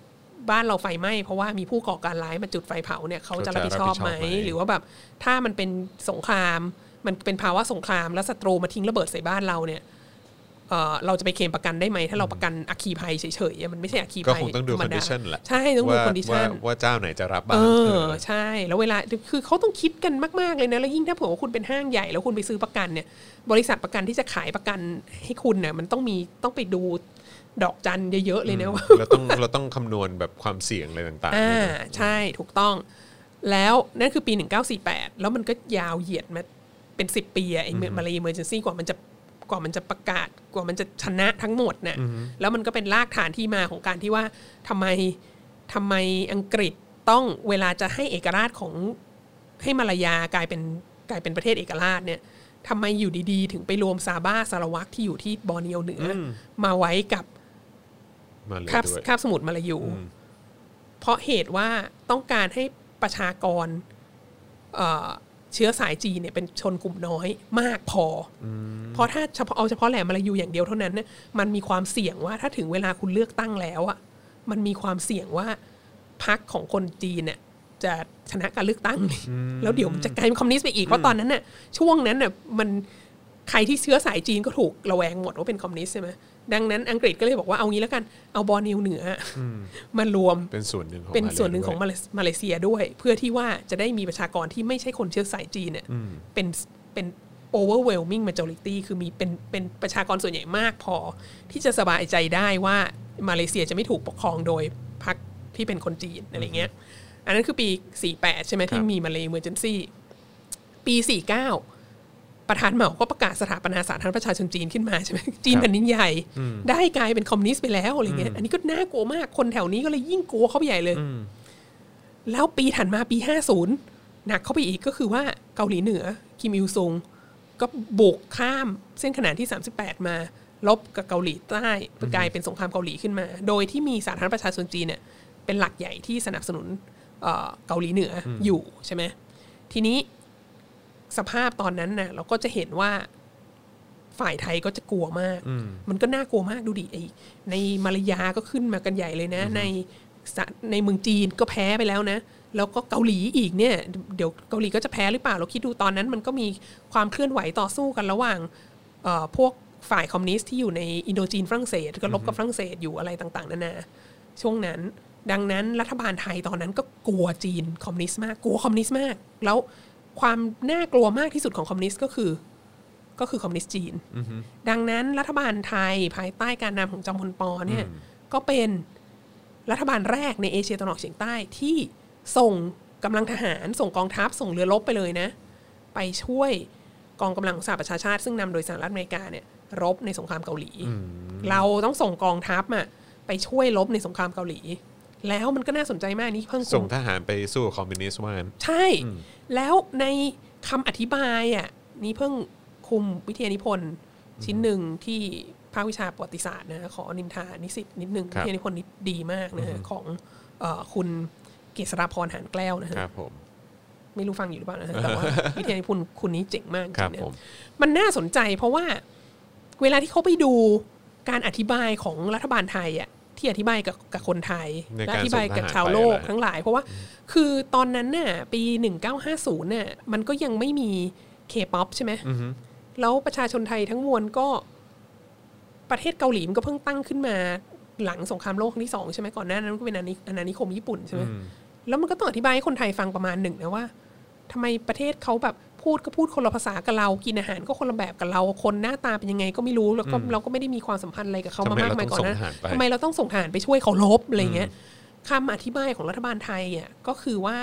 บ้านเราไฟไหม้เพราะว่ามีผู้ก่อการร้ายมาจุดไฟเผาเนี่ยเขาจะรับผิดชอบไหมหรือว่าแบบถ้ามันเป็นสงครามมันเป็นภาวะสงครามแล้วศัตรูมาทิ้งระเบิดใส่บ้านเราเนี่ยเอ่อเราจะไปเคลมประกันได้ไหมถ้าเราประกันอัคคีภัยเฉยๆมันไม่ใช่อัคคีภัยก็คงต้องดู condition แหละใช่ต้องดู condition ว่าเจ้าไหนจะรับบ้างเออใช่แล้วเวลาคือเขาต้องคิดกันมากๆเลยนะแล้วยิ่งถ้าเผื่อว่าคุณเป็นห้างใหญ่แล้วคุณไปซื้อประกันเนี่ยบริษัทประกันที่จะขายประกันให้คุณเนี่ยมันต้องมีต้องไปดูดอกจันเยอะๆเลยนะว่าเราต้องเราต้องคำนวณแบบความเสี่ยงอะไรต่างๆอ่าใช่ถูกต้องแล้วนั่นคือปีหนึ่งเก้าสี่แปดแล้วมันก็ยาวเหยียดมาเป็นสิบปีอะไอ้มาเลย emergency กว่ามันจะกว่ามันจะประกาศกว่ามันจะชนะทั้งหมดน่ะแล้วมันก็เป็นรากฐานที่มาของการที่ว่าทำไมทำไมอังกฤษต้องเวลาจะให้เอกราชของให้มาลายากลายเป็นกลายเป็นประเทศเอกราชเนี่ยทำไมอยู่ดีๆถึงไปรวมซาบ้าสารวักที่อยู่ที่บอร์เนียวเหนือมาไว้กับคาบคาบสมุทรมาลายูเพราะเหตุว่าต้องการให้ประชากรเอ่อเชื้อสายจีนเนี่ยเป็นชนกลุ่มน้อยมากพอเพราะถ้าเฉพาะเอาเฉพาะแหลมมาลายูอย่างเดียวเท่านั้นเนี่ยมันมีความเสี่ยงว่าถ้าถึงเวลาคุณเลือกตั้งแล้วอ่ะมันมีความเสี่ยงว่าพรรคของคนจีนเนี่ยจะชนะการเลือกตั้งแล้วเดี๋ยวมันจะกลายเป็นคอมมิวนิสต์ไปอีกเพราะตอนนั้นน่ะช่วงนั้นน่ะมันใครที่เชื้อสายจีนก็ถูกระแวงหมดว่าเป็นคอมมิวนิสต์ใช่ไหมดังนั้นอังกฤษก็เลยบอกว่าเอางี้แล้วกันเอาบอร์เนียวเหนือมารวมเป็นส่วนหนึ่งของเป็นส่วนหนึ่งของมาเลเซียด้วยเพื่อที่ว่าจะได้มีประชากรที่ไม่ใช่คนเชื้อสายจีนเนี่ยเป็นเป็น overwhelming majority คือมีเป็นเป็นประชากรส่วนใหญ่มากพอที่จะสบายใจได้ว่ามาเลเซียจะไม่ถูกปกครองโดยพรรคที่เป็นคนจีนอะไรเงี้ยอันนั้นคือปีสี่สิบแปดใช่ไหมที่มีมาเลย์ emergency ปีสี่สิบเก้าประธานเหมาก็ประกาศสถาปนาสาธารณรัฐประชาชนจีนขึ้นมาใช่ไหมจีนแผ่นดินใหญ่ได้กลายเป็นคอมมิวนิสต์ไปแล้วอะไรเงี้ยอันนี้ก็น่ากลัวมากคนแถวนี้ก็เลยยิ่งกลัวเข้าไปใหญ่เลยแล้วปีถัดมาปีห้าสิบหนักเข้าไปอีกก็คือว่าเกาหลีเหนือคิมอิลซุงก็บุกข้ามเส้นขนานที่สามสิบแปดมาลบกับเกาหลีใต้กลายเป็นสงครามเกาหลีขึ้นมาโดยที่มีสาธารณรัฐประชาชนจีนเนี่ยเป็นหลักใหญ่ที่สนับสนุนเกาหลีเหนืออยู่ใช่ไหมทีนี้สภาพตอนนั้นน่ะเราก็จะเห็นว่าฝ่ายไทยก็จะกลัวมากมันก็น่ากลัวมากดูดิไอ้ในมาลายาก็ขึ้นมากันใหญ่เลยนะในในเมืองจีนก็แพ้ไปแล้วนะแล้วก็เกาหลีอีกเนี่ยเดี๋ยวเกาหลีก็จะแพ้หรือเปล่าเราคิดดูตอนนั้นมันก็มีความเคลื่อนไหวต่อสู้กันระหว่างพวกฝ่ายคอมมิวนิสต์ที่อยู่ในอินโดจีนฝรั่งเศสก็ลบกับฝรั่งเศสอยู่อะไรต่างๆนานาช่วงนั้นดังนั้นรัฐบาลไทยตอนนั้นก็กลัวจีนคอมมิวนิสต์มากกลัวคอมมิวนิสต์มากแล้วความน่ากลัวมากที่สุดของคอมมิวนิสต์ก็คือก็คือคอมมิวนิสต์จีน mm-hmm. ดังนั้นรัฐบาลไทยภายใต้การนำของจอมพลป.เนี่ย mm-hmm. ก็เป็นรัฐบาลแรกในเอเชียตะวันออกเฉียงใต้ที่ส่งกำลังทหารส่งกองทัพส่งเรือรบไปเลยนะไปช่วยกองกำลังสหประชาชาติซึ่งนำโดยสหรัฐอเมริกาเนี่ยรบในสงครามเกาหลี mm-hmm. เราต้องส่งกองทัพอะไปช่วยรบในสงครามเกาหลีแล้วมันก็น่าสนใจมากนี่เพิ่งส่งทหารไปสู้คอมมิวนิสต์ว่างั้นใช่แล้วในคำอธิบายอ่ะนี่เพิ่งคุมวิทยานิพนธ์ชิ้นหนึ่งที่ภาควิชาประวัติศาสตร์นะขอนินทานิสิตนิดนึงวิทยานิพนธ์นี้ดีมากนะฮะของเอ่อคุณเกษราพรหานแก้วนะฮะครับผมไม่รู้ฟังอยู่หรือเปล่านะฮะแต่ว่าวิทยานิพนธ์คุณนี้เจ๋งมากจริงๆเนี่ยมันน่าสนใจเพราะว่าเวลาที่เขาไปดูการอธิบายของรัฐบาลไทยอ่ะที่อธิบายกับกับคนไทยและอธิบายกับชาวโลกทั้งหลายเพราะว่าคือตอนนั้นน่ะปีหนึ่งเก้าห้าศูนย์น่ะมันก็ยังไม่มี K-pop ใช่ไหมแล้วประชาชนไทยทั้งมวลก็ประเทศเกาหลีมันก็เพิ่งตั้งขึ้นมาหลังสงครามโลกครั้งที่สองใช่ไหมก่อนหน้านั้นก็เป็นอาณานิคมญี่ปุ่นใช่ไหมแล้วมันก็ต้องอธิบายให้คนไทยฟังประมาณหนึ่งนะว่าทำไมประเทศเขาแบบพูดก็พูดคนละภาษากับเรากินอาหารก็คนละแบบกับเราคนหน้าตาเป็นยังไงก็ไม่รู้แล้วก็เราก็ไม่ได้มีความสัมพันธ์อะไรกับเขามามากมายก่อนนะทำไมเราต้องส่งทหารไปช่วยเขารบอะไรเงี้ยคำอธิบายของรัฐบาลไทยอ่ะก็คือว่า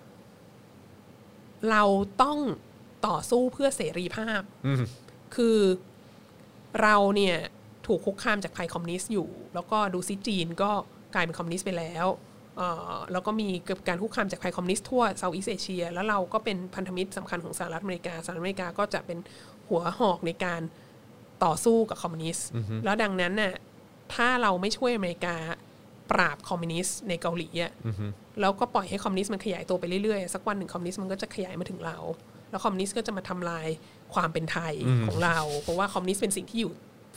เราต้องต่อสู้เพื่อเสรีภาพคือเราเนี่ยถูกคุกคามจากภัยคอมมิวนิสต์อยู่แล้วก็ดูซิจีนก็กลายเป็นคอมมิวนิสต์ไปแล้วแล้วก็มีการคุกคามจากภัยคอมมิวนิสต์ทั่วเซาท์อีสต์เอเชียแล้วเราก็เป็นพันธมิตรสำคัญของสหรัฐอเมริกาสหรัฐอเมริกาก็จะเป็นหัวหอกในการต่อสู้กับคอมมิวนิสต์ mm-hmm. แล้วดังนั้นน่ะถ้าเราไม่ช่วยอเมริกาปราบคอมมิวนิสต์ในเกาหลีอ่ะ mm-hmm. แล้วก็ปล่อยให้คอมมิวนิสต์มันขยายตัวไปเรื่อยๆสักวันหนึ่งคอมมิวนิสต์มันก็จะขยายมาถึงเราแล้วคอมมิวนิสต์ก็จะมาทำลายความเป็นไทย mm-hmm. ของเราเพราะว่าคอมมิวนิสต์เป็นสิ่งที่อยู่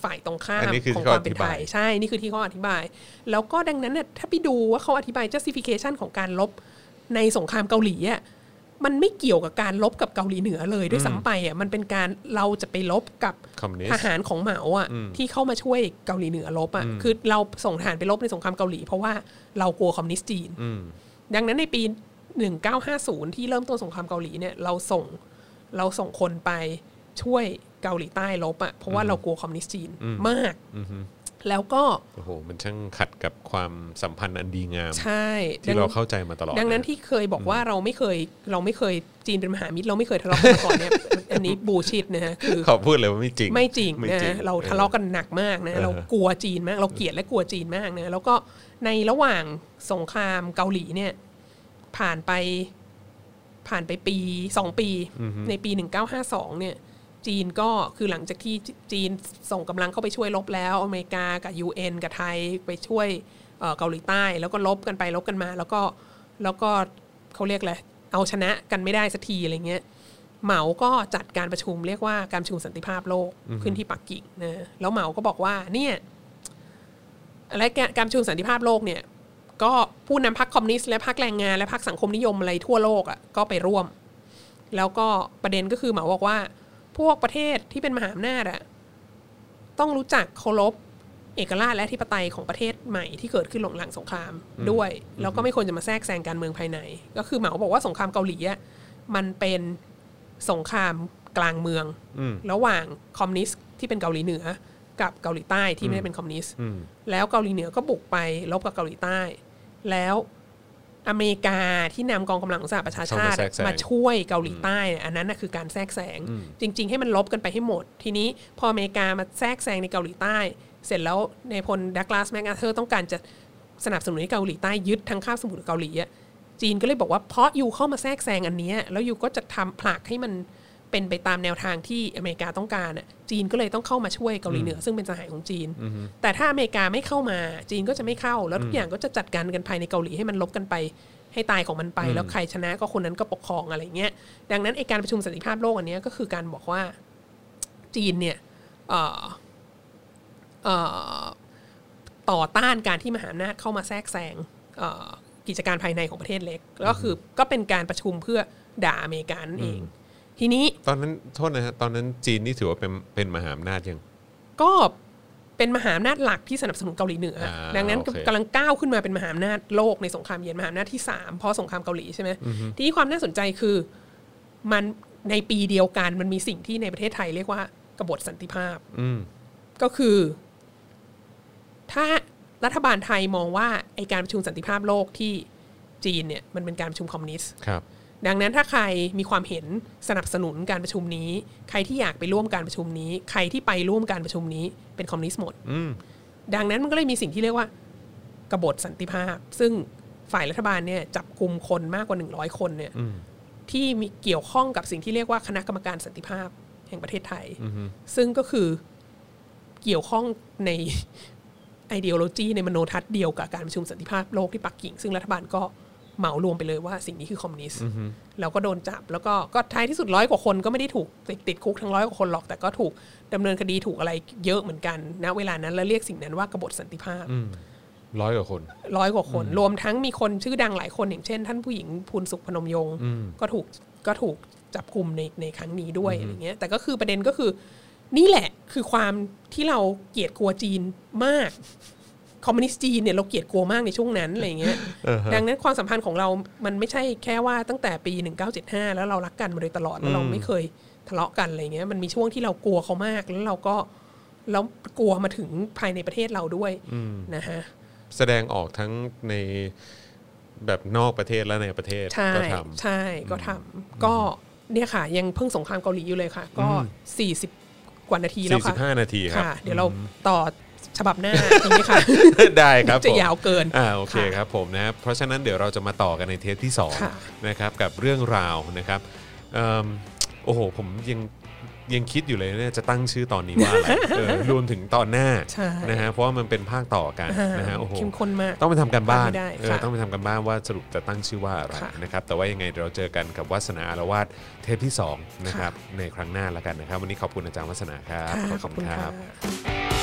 ฝ่ายตรงข้ามขขออง งความ มคาวอเป็ธินบาไทยยใช่นี่คือที่เขาอธิบายแล้วก็ดังนั้นเนี่ยถ้าไปดูว่าเขาอธิบาย justification ของการลบในสงครามเกาหลีอ่ะมันไม่เกี่ยวกับการลบกับเกาหลีเหนือเลยด้วยซ้ำไปอ่ะมันเป็นการเราจะไปลบกับคอมมิวนิสต์ทหารของเหมาอ่ะที่เข้ามาช่วยเกาหลีเหนือลบอ่ะคือเราส่งทหารไปลบในสงครามเกาหลีเพราะว่าเรากลัวคอมมิวนิสต์จีนดังนั้นในปีหนึ่งเก้าห้าศูนย์ที่เริ่มต้นสงครามเกาหลีเนี่ยเราส่งเราส่งคนไปช่วยเกาหลีใต้ลบอ่ะเพราะว่าเรากลัวคอมมิวนิสต์จีนมากแล้วก็โอ้โหมันช่างขัดกับความสัมพันธ์อันดีงามใช่ที่เราเข้าใจมาตลอดดังนั้นที่เคยบอกว่าเราไม่เคยเราไม่เคยจีนเป็นมหามิตรเราไม่เคยทะเลาะกันมาก่อนเนี่ย อันนี้บูชิตนะฮะคือขอพูดเลยว่าไม่จริงไม่จริงนะเราทะเลาะกันหนักมากนะเรากลัวจีนมากเราเกลียดและกลัวจีนมากนะแล้วก็ในระหว่างสงครามเกาหลีเนี่ยผ่านไปผ่านไปปีสองปีในปีหนึ่งเก้าห้าสองเนี่ยจีนก็คือหลังจากที่จีนส่งกำลังเข้าไปช่วยรบแล้วอเมริกากับ ยู เอ็น กับไทยไปช่วยเกาหลีใต้แล้วก็ลบกันไปลบกันมาแล้วก็แล้วก็เขาเรียกอะไรเอาชนะกันไม่ได้สักทีอะไรเงี้ยเหมาก็จัดการประชุมเรียกว่าการประชุมสันติภาพโลกขึ้นที่ปักกิ่งนะแล้วเหมาก็บอกว่าเนี่ยอะไรการประชุมสันติภาพโลกเนี่ยก็ผู้นำพรรคคอมมิวนิสต์และพรรคแรงงานและพรรคสังคมนิยมอะไรทั่วโลกอ่ะก็ไปร่วมแล้วก็ประเด็นก็คือเหมาบอกว่าพวกประเทศที่เป็นมหาอำนาจอะต้องรู้จักเคารพเอกราชและอธิปไตยของประเทศใหม่ที่เกิดขึ้นหลังสงครามด้วยแล้วก็ไม่ควรจะมาแทรกแซงการเมืองภายในก็คือเหมาบอกว่าสงครามเกาหลีอะมันเป็นสงครามกลางเมืองระหว่างคอมมิวนิสต์ที่เป็นเกาหลีเหนือกับเกาหลีใต้ที่ไม่ได้เป็นคอมมิวนิสต์แล้วเกาหลีเหนือก็บุกไปรบกับเกาหลีใต้แล้วอเมริกาที่นำกองกำลังของสหประชาชาติมาช่วยเกาหลีใต้อันนั้นนะคือการแทรกแซงจริงๆให้มันลบกันไปให้หมดทีนี้พออเมริกามาแทรกแซงในเกาหลีใต้เสร็จแล้วในพลดักลาสแมคอาเธอร์ต้องการจะสนับสนุนให้เกาหลีใต้ยึดทั้งคาบสมุทรเกาหลีอ่ะจีนก็เลยบอกว่าเพราะยูเข้ามาแทรกแซงอันนี้แล้วยูก็จะทำผลักให้มันเป็นไปตามแนวทางที่อเมริกาต้องการอ่ะจีนก็เลยต้องเข้ามาช่วยเกาหลีเหนือซึ่งเป็นสหายของจีนแต่ถ้าอเมริกาไม่เข้ามาจีนก็จะไม่เข้าแล้วทุกอย่างก็จะจัดการกันภายในเกาหลีให้มันลบกันไปให้ตายของมันไปแล้วใครชนะก็คนนั้นก็ปกครองอะไรเงี้ยดังนั้นไอ้การประชุมสันติภาพโลกอันนี้ก็คือการบอกว่าจีนเนี่ยเอ่อเอ่อต่อต้านการที่มหาอำนาจเข้ามาแทรกแซงเอ่อกิจการภายในของประเทศเล็กก็คือก็เป็นการประชุมเพื่อด่าอเมริกานั่นเองทีนี้ตอนนั้นโทษนะฮะตอนนั้นจีนนี่ถือว่าเป็นเป็นมหาอำนาจยังก็เป็นมหาอำนาจหลักที่สนับสนุนเกาหลีเหนือดังนั้นกำลังก้าวขึ้นมาเป็นมหาอำนาจโลกในสงครามเย็นมหาอำนาจที่สามเพราะสงครามเกาหลีใช่ไหมทีนี้ความน่าสนใจคือมันในปีเดียวกันมันมีสิ่งที่ในประเทศไทยเรียกว่ากบฏสันติภาพก็คือถ้ารัฐบาลไทยมองว่าไอการประชุมสันติภาพโลกที่จีนเนี่ยมันเป็นการประชุมคอมมิวนิสต์ดังนั้นถ้าใครมีความเห็นสนับสนุนการประชุมนี้ใครที่อยากไปร่วมการประชุมนี้ใครที่ไปร่วมการประชุมนี้เป็นคอมมิวนิสต์หมดดังนั้นมันก็เลยมีสิ่งที่เรียกว่ากบฏสันติภาพซึ่งฝ่ายรัฐบาลเนี่ยจับกุมคนมากกว่าหนึ่งร้อยคนเนี่ยที่มีเกี่ยวข้องกับสิ่งที่เรียกว่าคณะกรรมการสันติภาพแห่งประเทศไทยซึ่งก็คือเกี่ยวข้องในไอเดียโลจีในมโนทัศน์เดียวกับการประชุมสันติภาพโลกที่ปักกิ่งซึ่งรัฐบาลก็เหมารวมไปเลยว่าสิ่งนี้คือคอมมิวนิสต์แล้วก็โดนจับแล้วก็ก็ท้ายที่สุดร้อยกว่าคนก็ไม่ได้ถูกติดติดคุกทั้งร้อยกว่าคนหรอกแต่ก็ถูกดำเนินคดีถูกอะไรเยอะเหมือนกันณเวลานั้นแล้วเรียกสิ่งนั้นว่ากบฏสันติภาพร้อยกว่าคนร้อยกว่าคนรวมทั้งมีคนชื่อดังหลายคนอย่างเช่นท่านผู้หญิงพูนสุขพนมยงค์ก็ถูกก็ถูกจับกุมในในครั้งนี้ด้วยอะไรเงี้ยแต่ก็คือประเด็นก็คือนี่แหละคือความที่เราเกลียดกลัวจีนมากคอมมิวนิสต์จีนเนี่ยเราเกลียดกลัวมากในช่วงนั้นอะไรเงี้ย ดังนั้นความสัมพันธ์ของเรามันไม่ใช่แค่ว่าตั้งแต่ปีหนึ่งเก้าเจ็ดห้าแล้วเรารักกันมาโดยตลอดแล้วเราไม่เคยทะเลาะกันอะไรเงี้ยมันมีช่วงที่เรากลัวเขามากแล้วเราก็แล้วกลัวมาถึงภายในประเทศเราด้วยนะฮะแสดงออกทั้งในแบบนอกประเทศและในประเทศก็ทำใช่ก็ทำก็เนี่ยค่ะยังเพิ่งสงครามเกาหลีอยู่เลยค่ะก็สี่สิบกว่านาทีแล้วค่ะสี่สิบห้านาทีครับเดี๋ยวเราต่อฉบับหน้าทีนี้ค่ะได้ครับจะยาวเกินอ่าโอเคครับผมนะเพราะฉะนั้นเดี๋ยวเราจะมาต่อกันในเทปที่สองนะครับกับเรื่องราวนะครับโอ้โหผมยังยังคิดอยู่เลยเนี่ยจะตั้งชื่อตอนนี้ว่าอะไรรวมถึงตอนหน้านะฮะเพราะว่ามันเป็นภาคต่อกันนะฮะโอ้โหเข้มข้นมากต้องไปทำกันบ้านต้องไปทำกันบ้านว่าสรุปจะตั้งชื่อว่าอะไรนะครับแต่ว่ายังไงเราเจอกันกับวาสนาอารวาสเทปที่สองนะครับในครั้งหน้าแล้วกันนะครับวันนี้ขอบคุณอาจารย์วาสนาครับขอบคุณครับ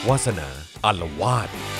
วาสนาอารวาส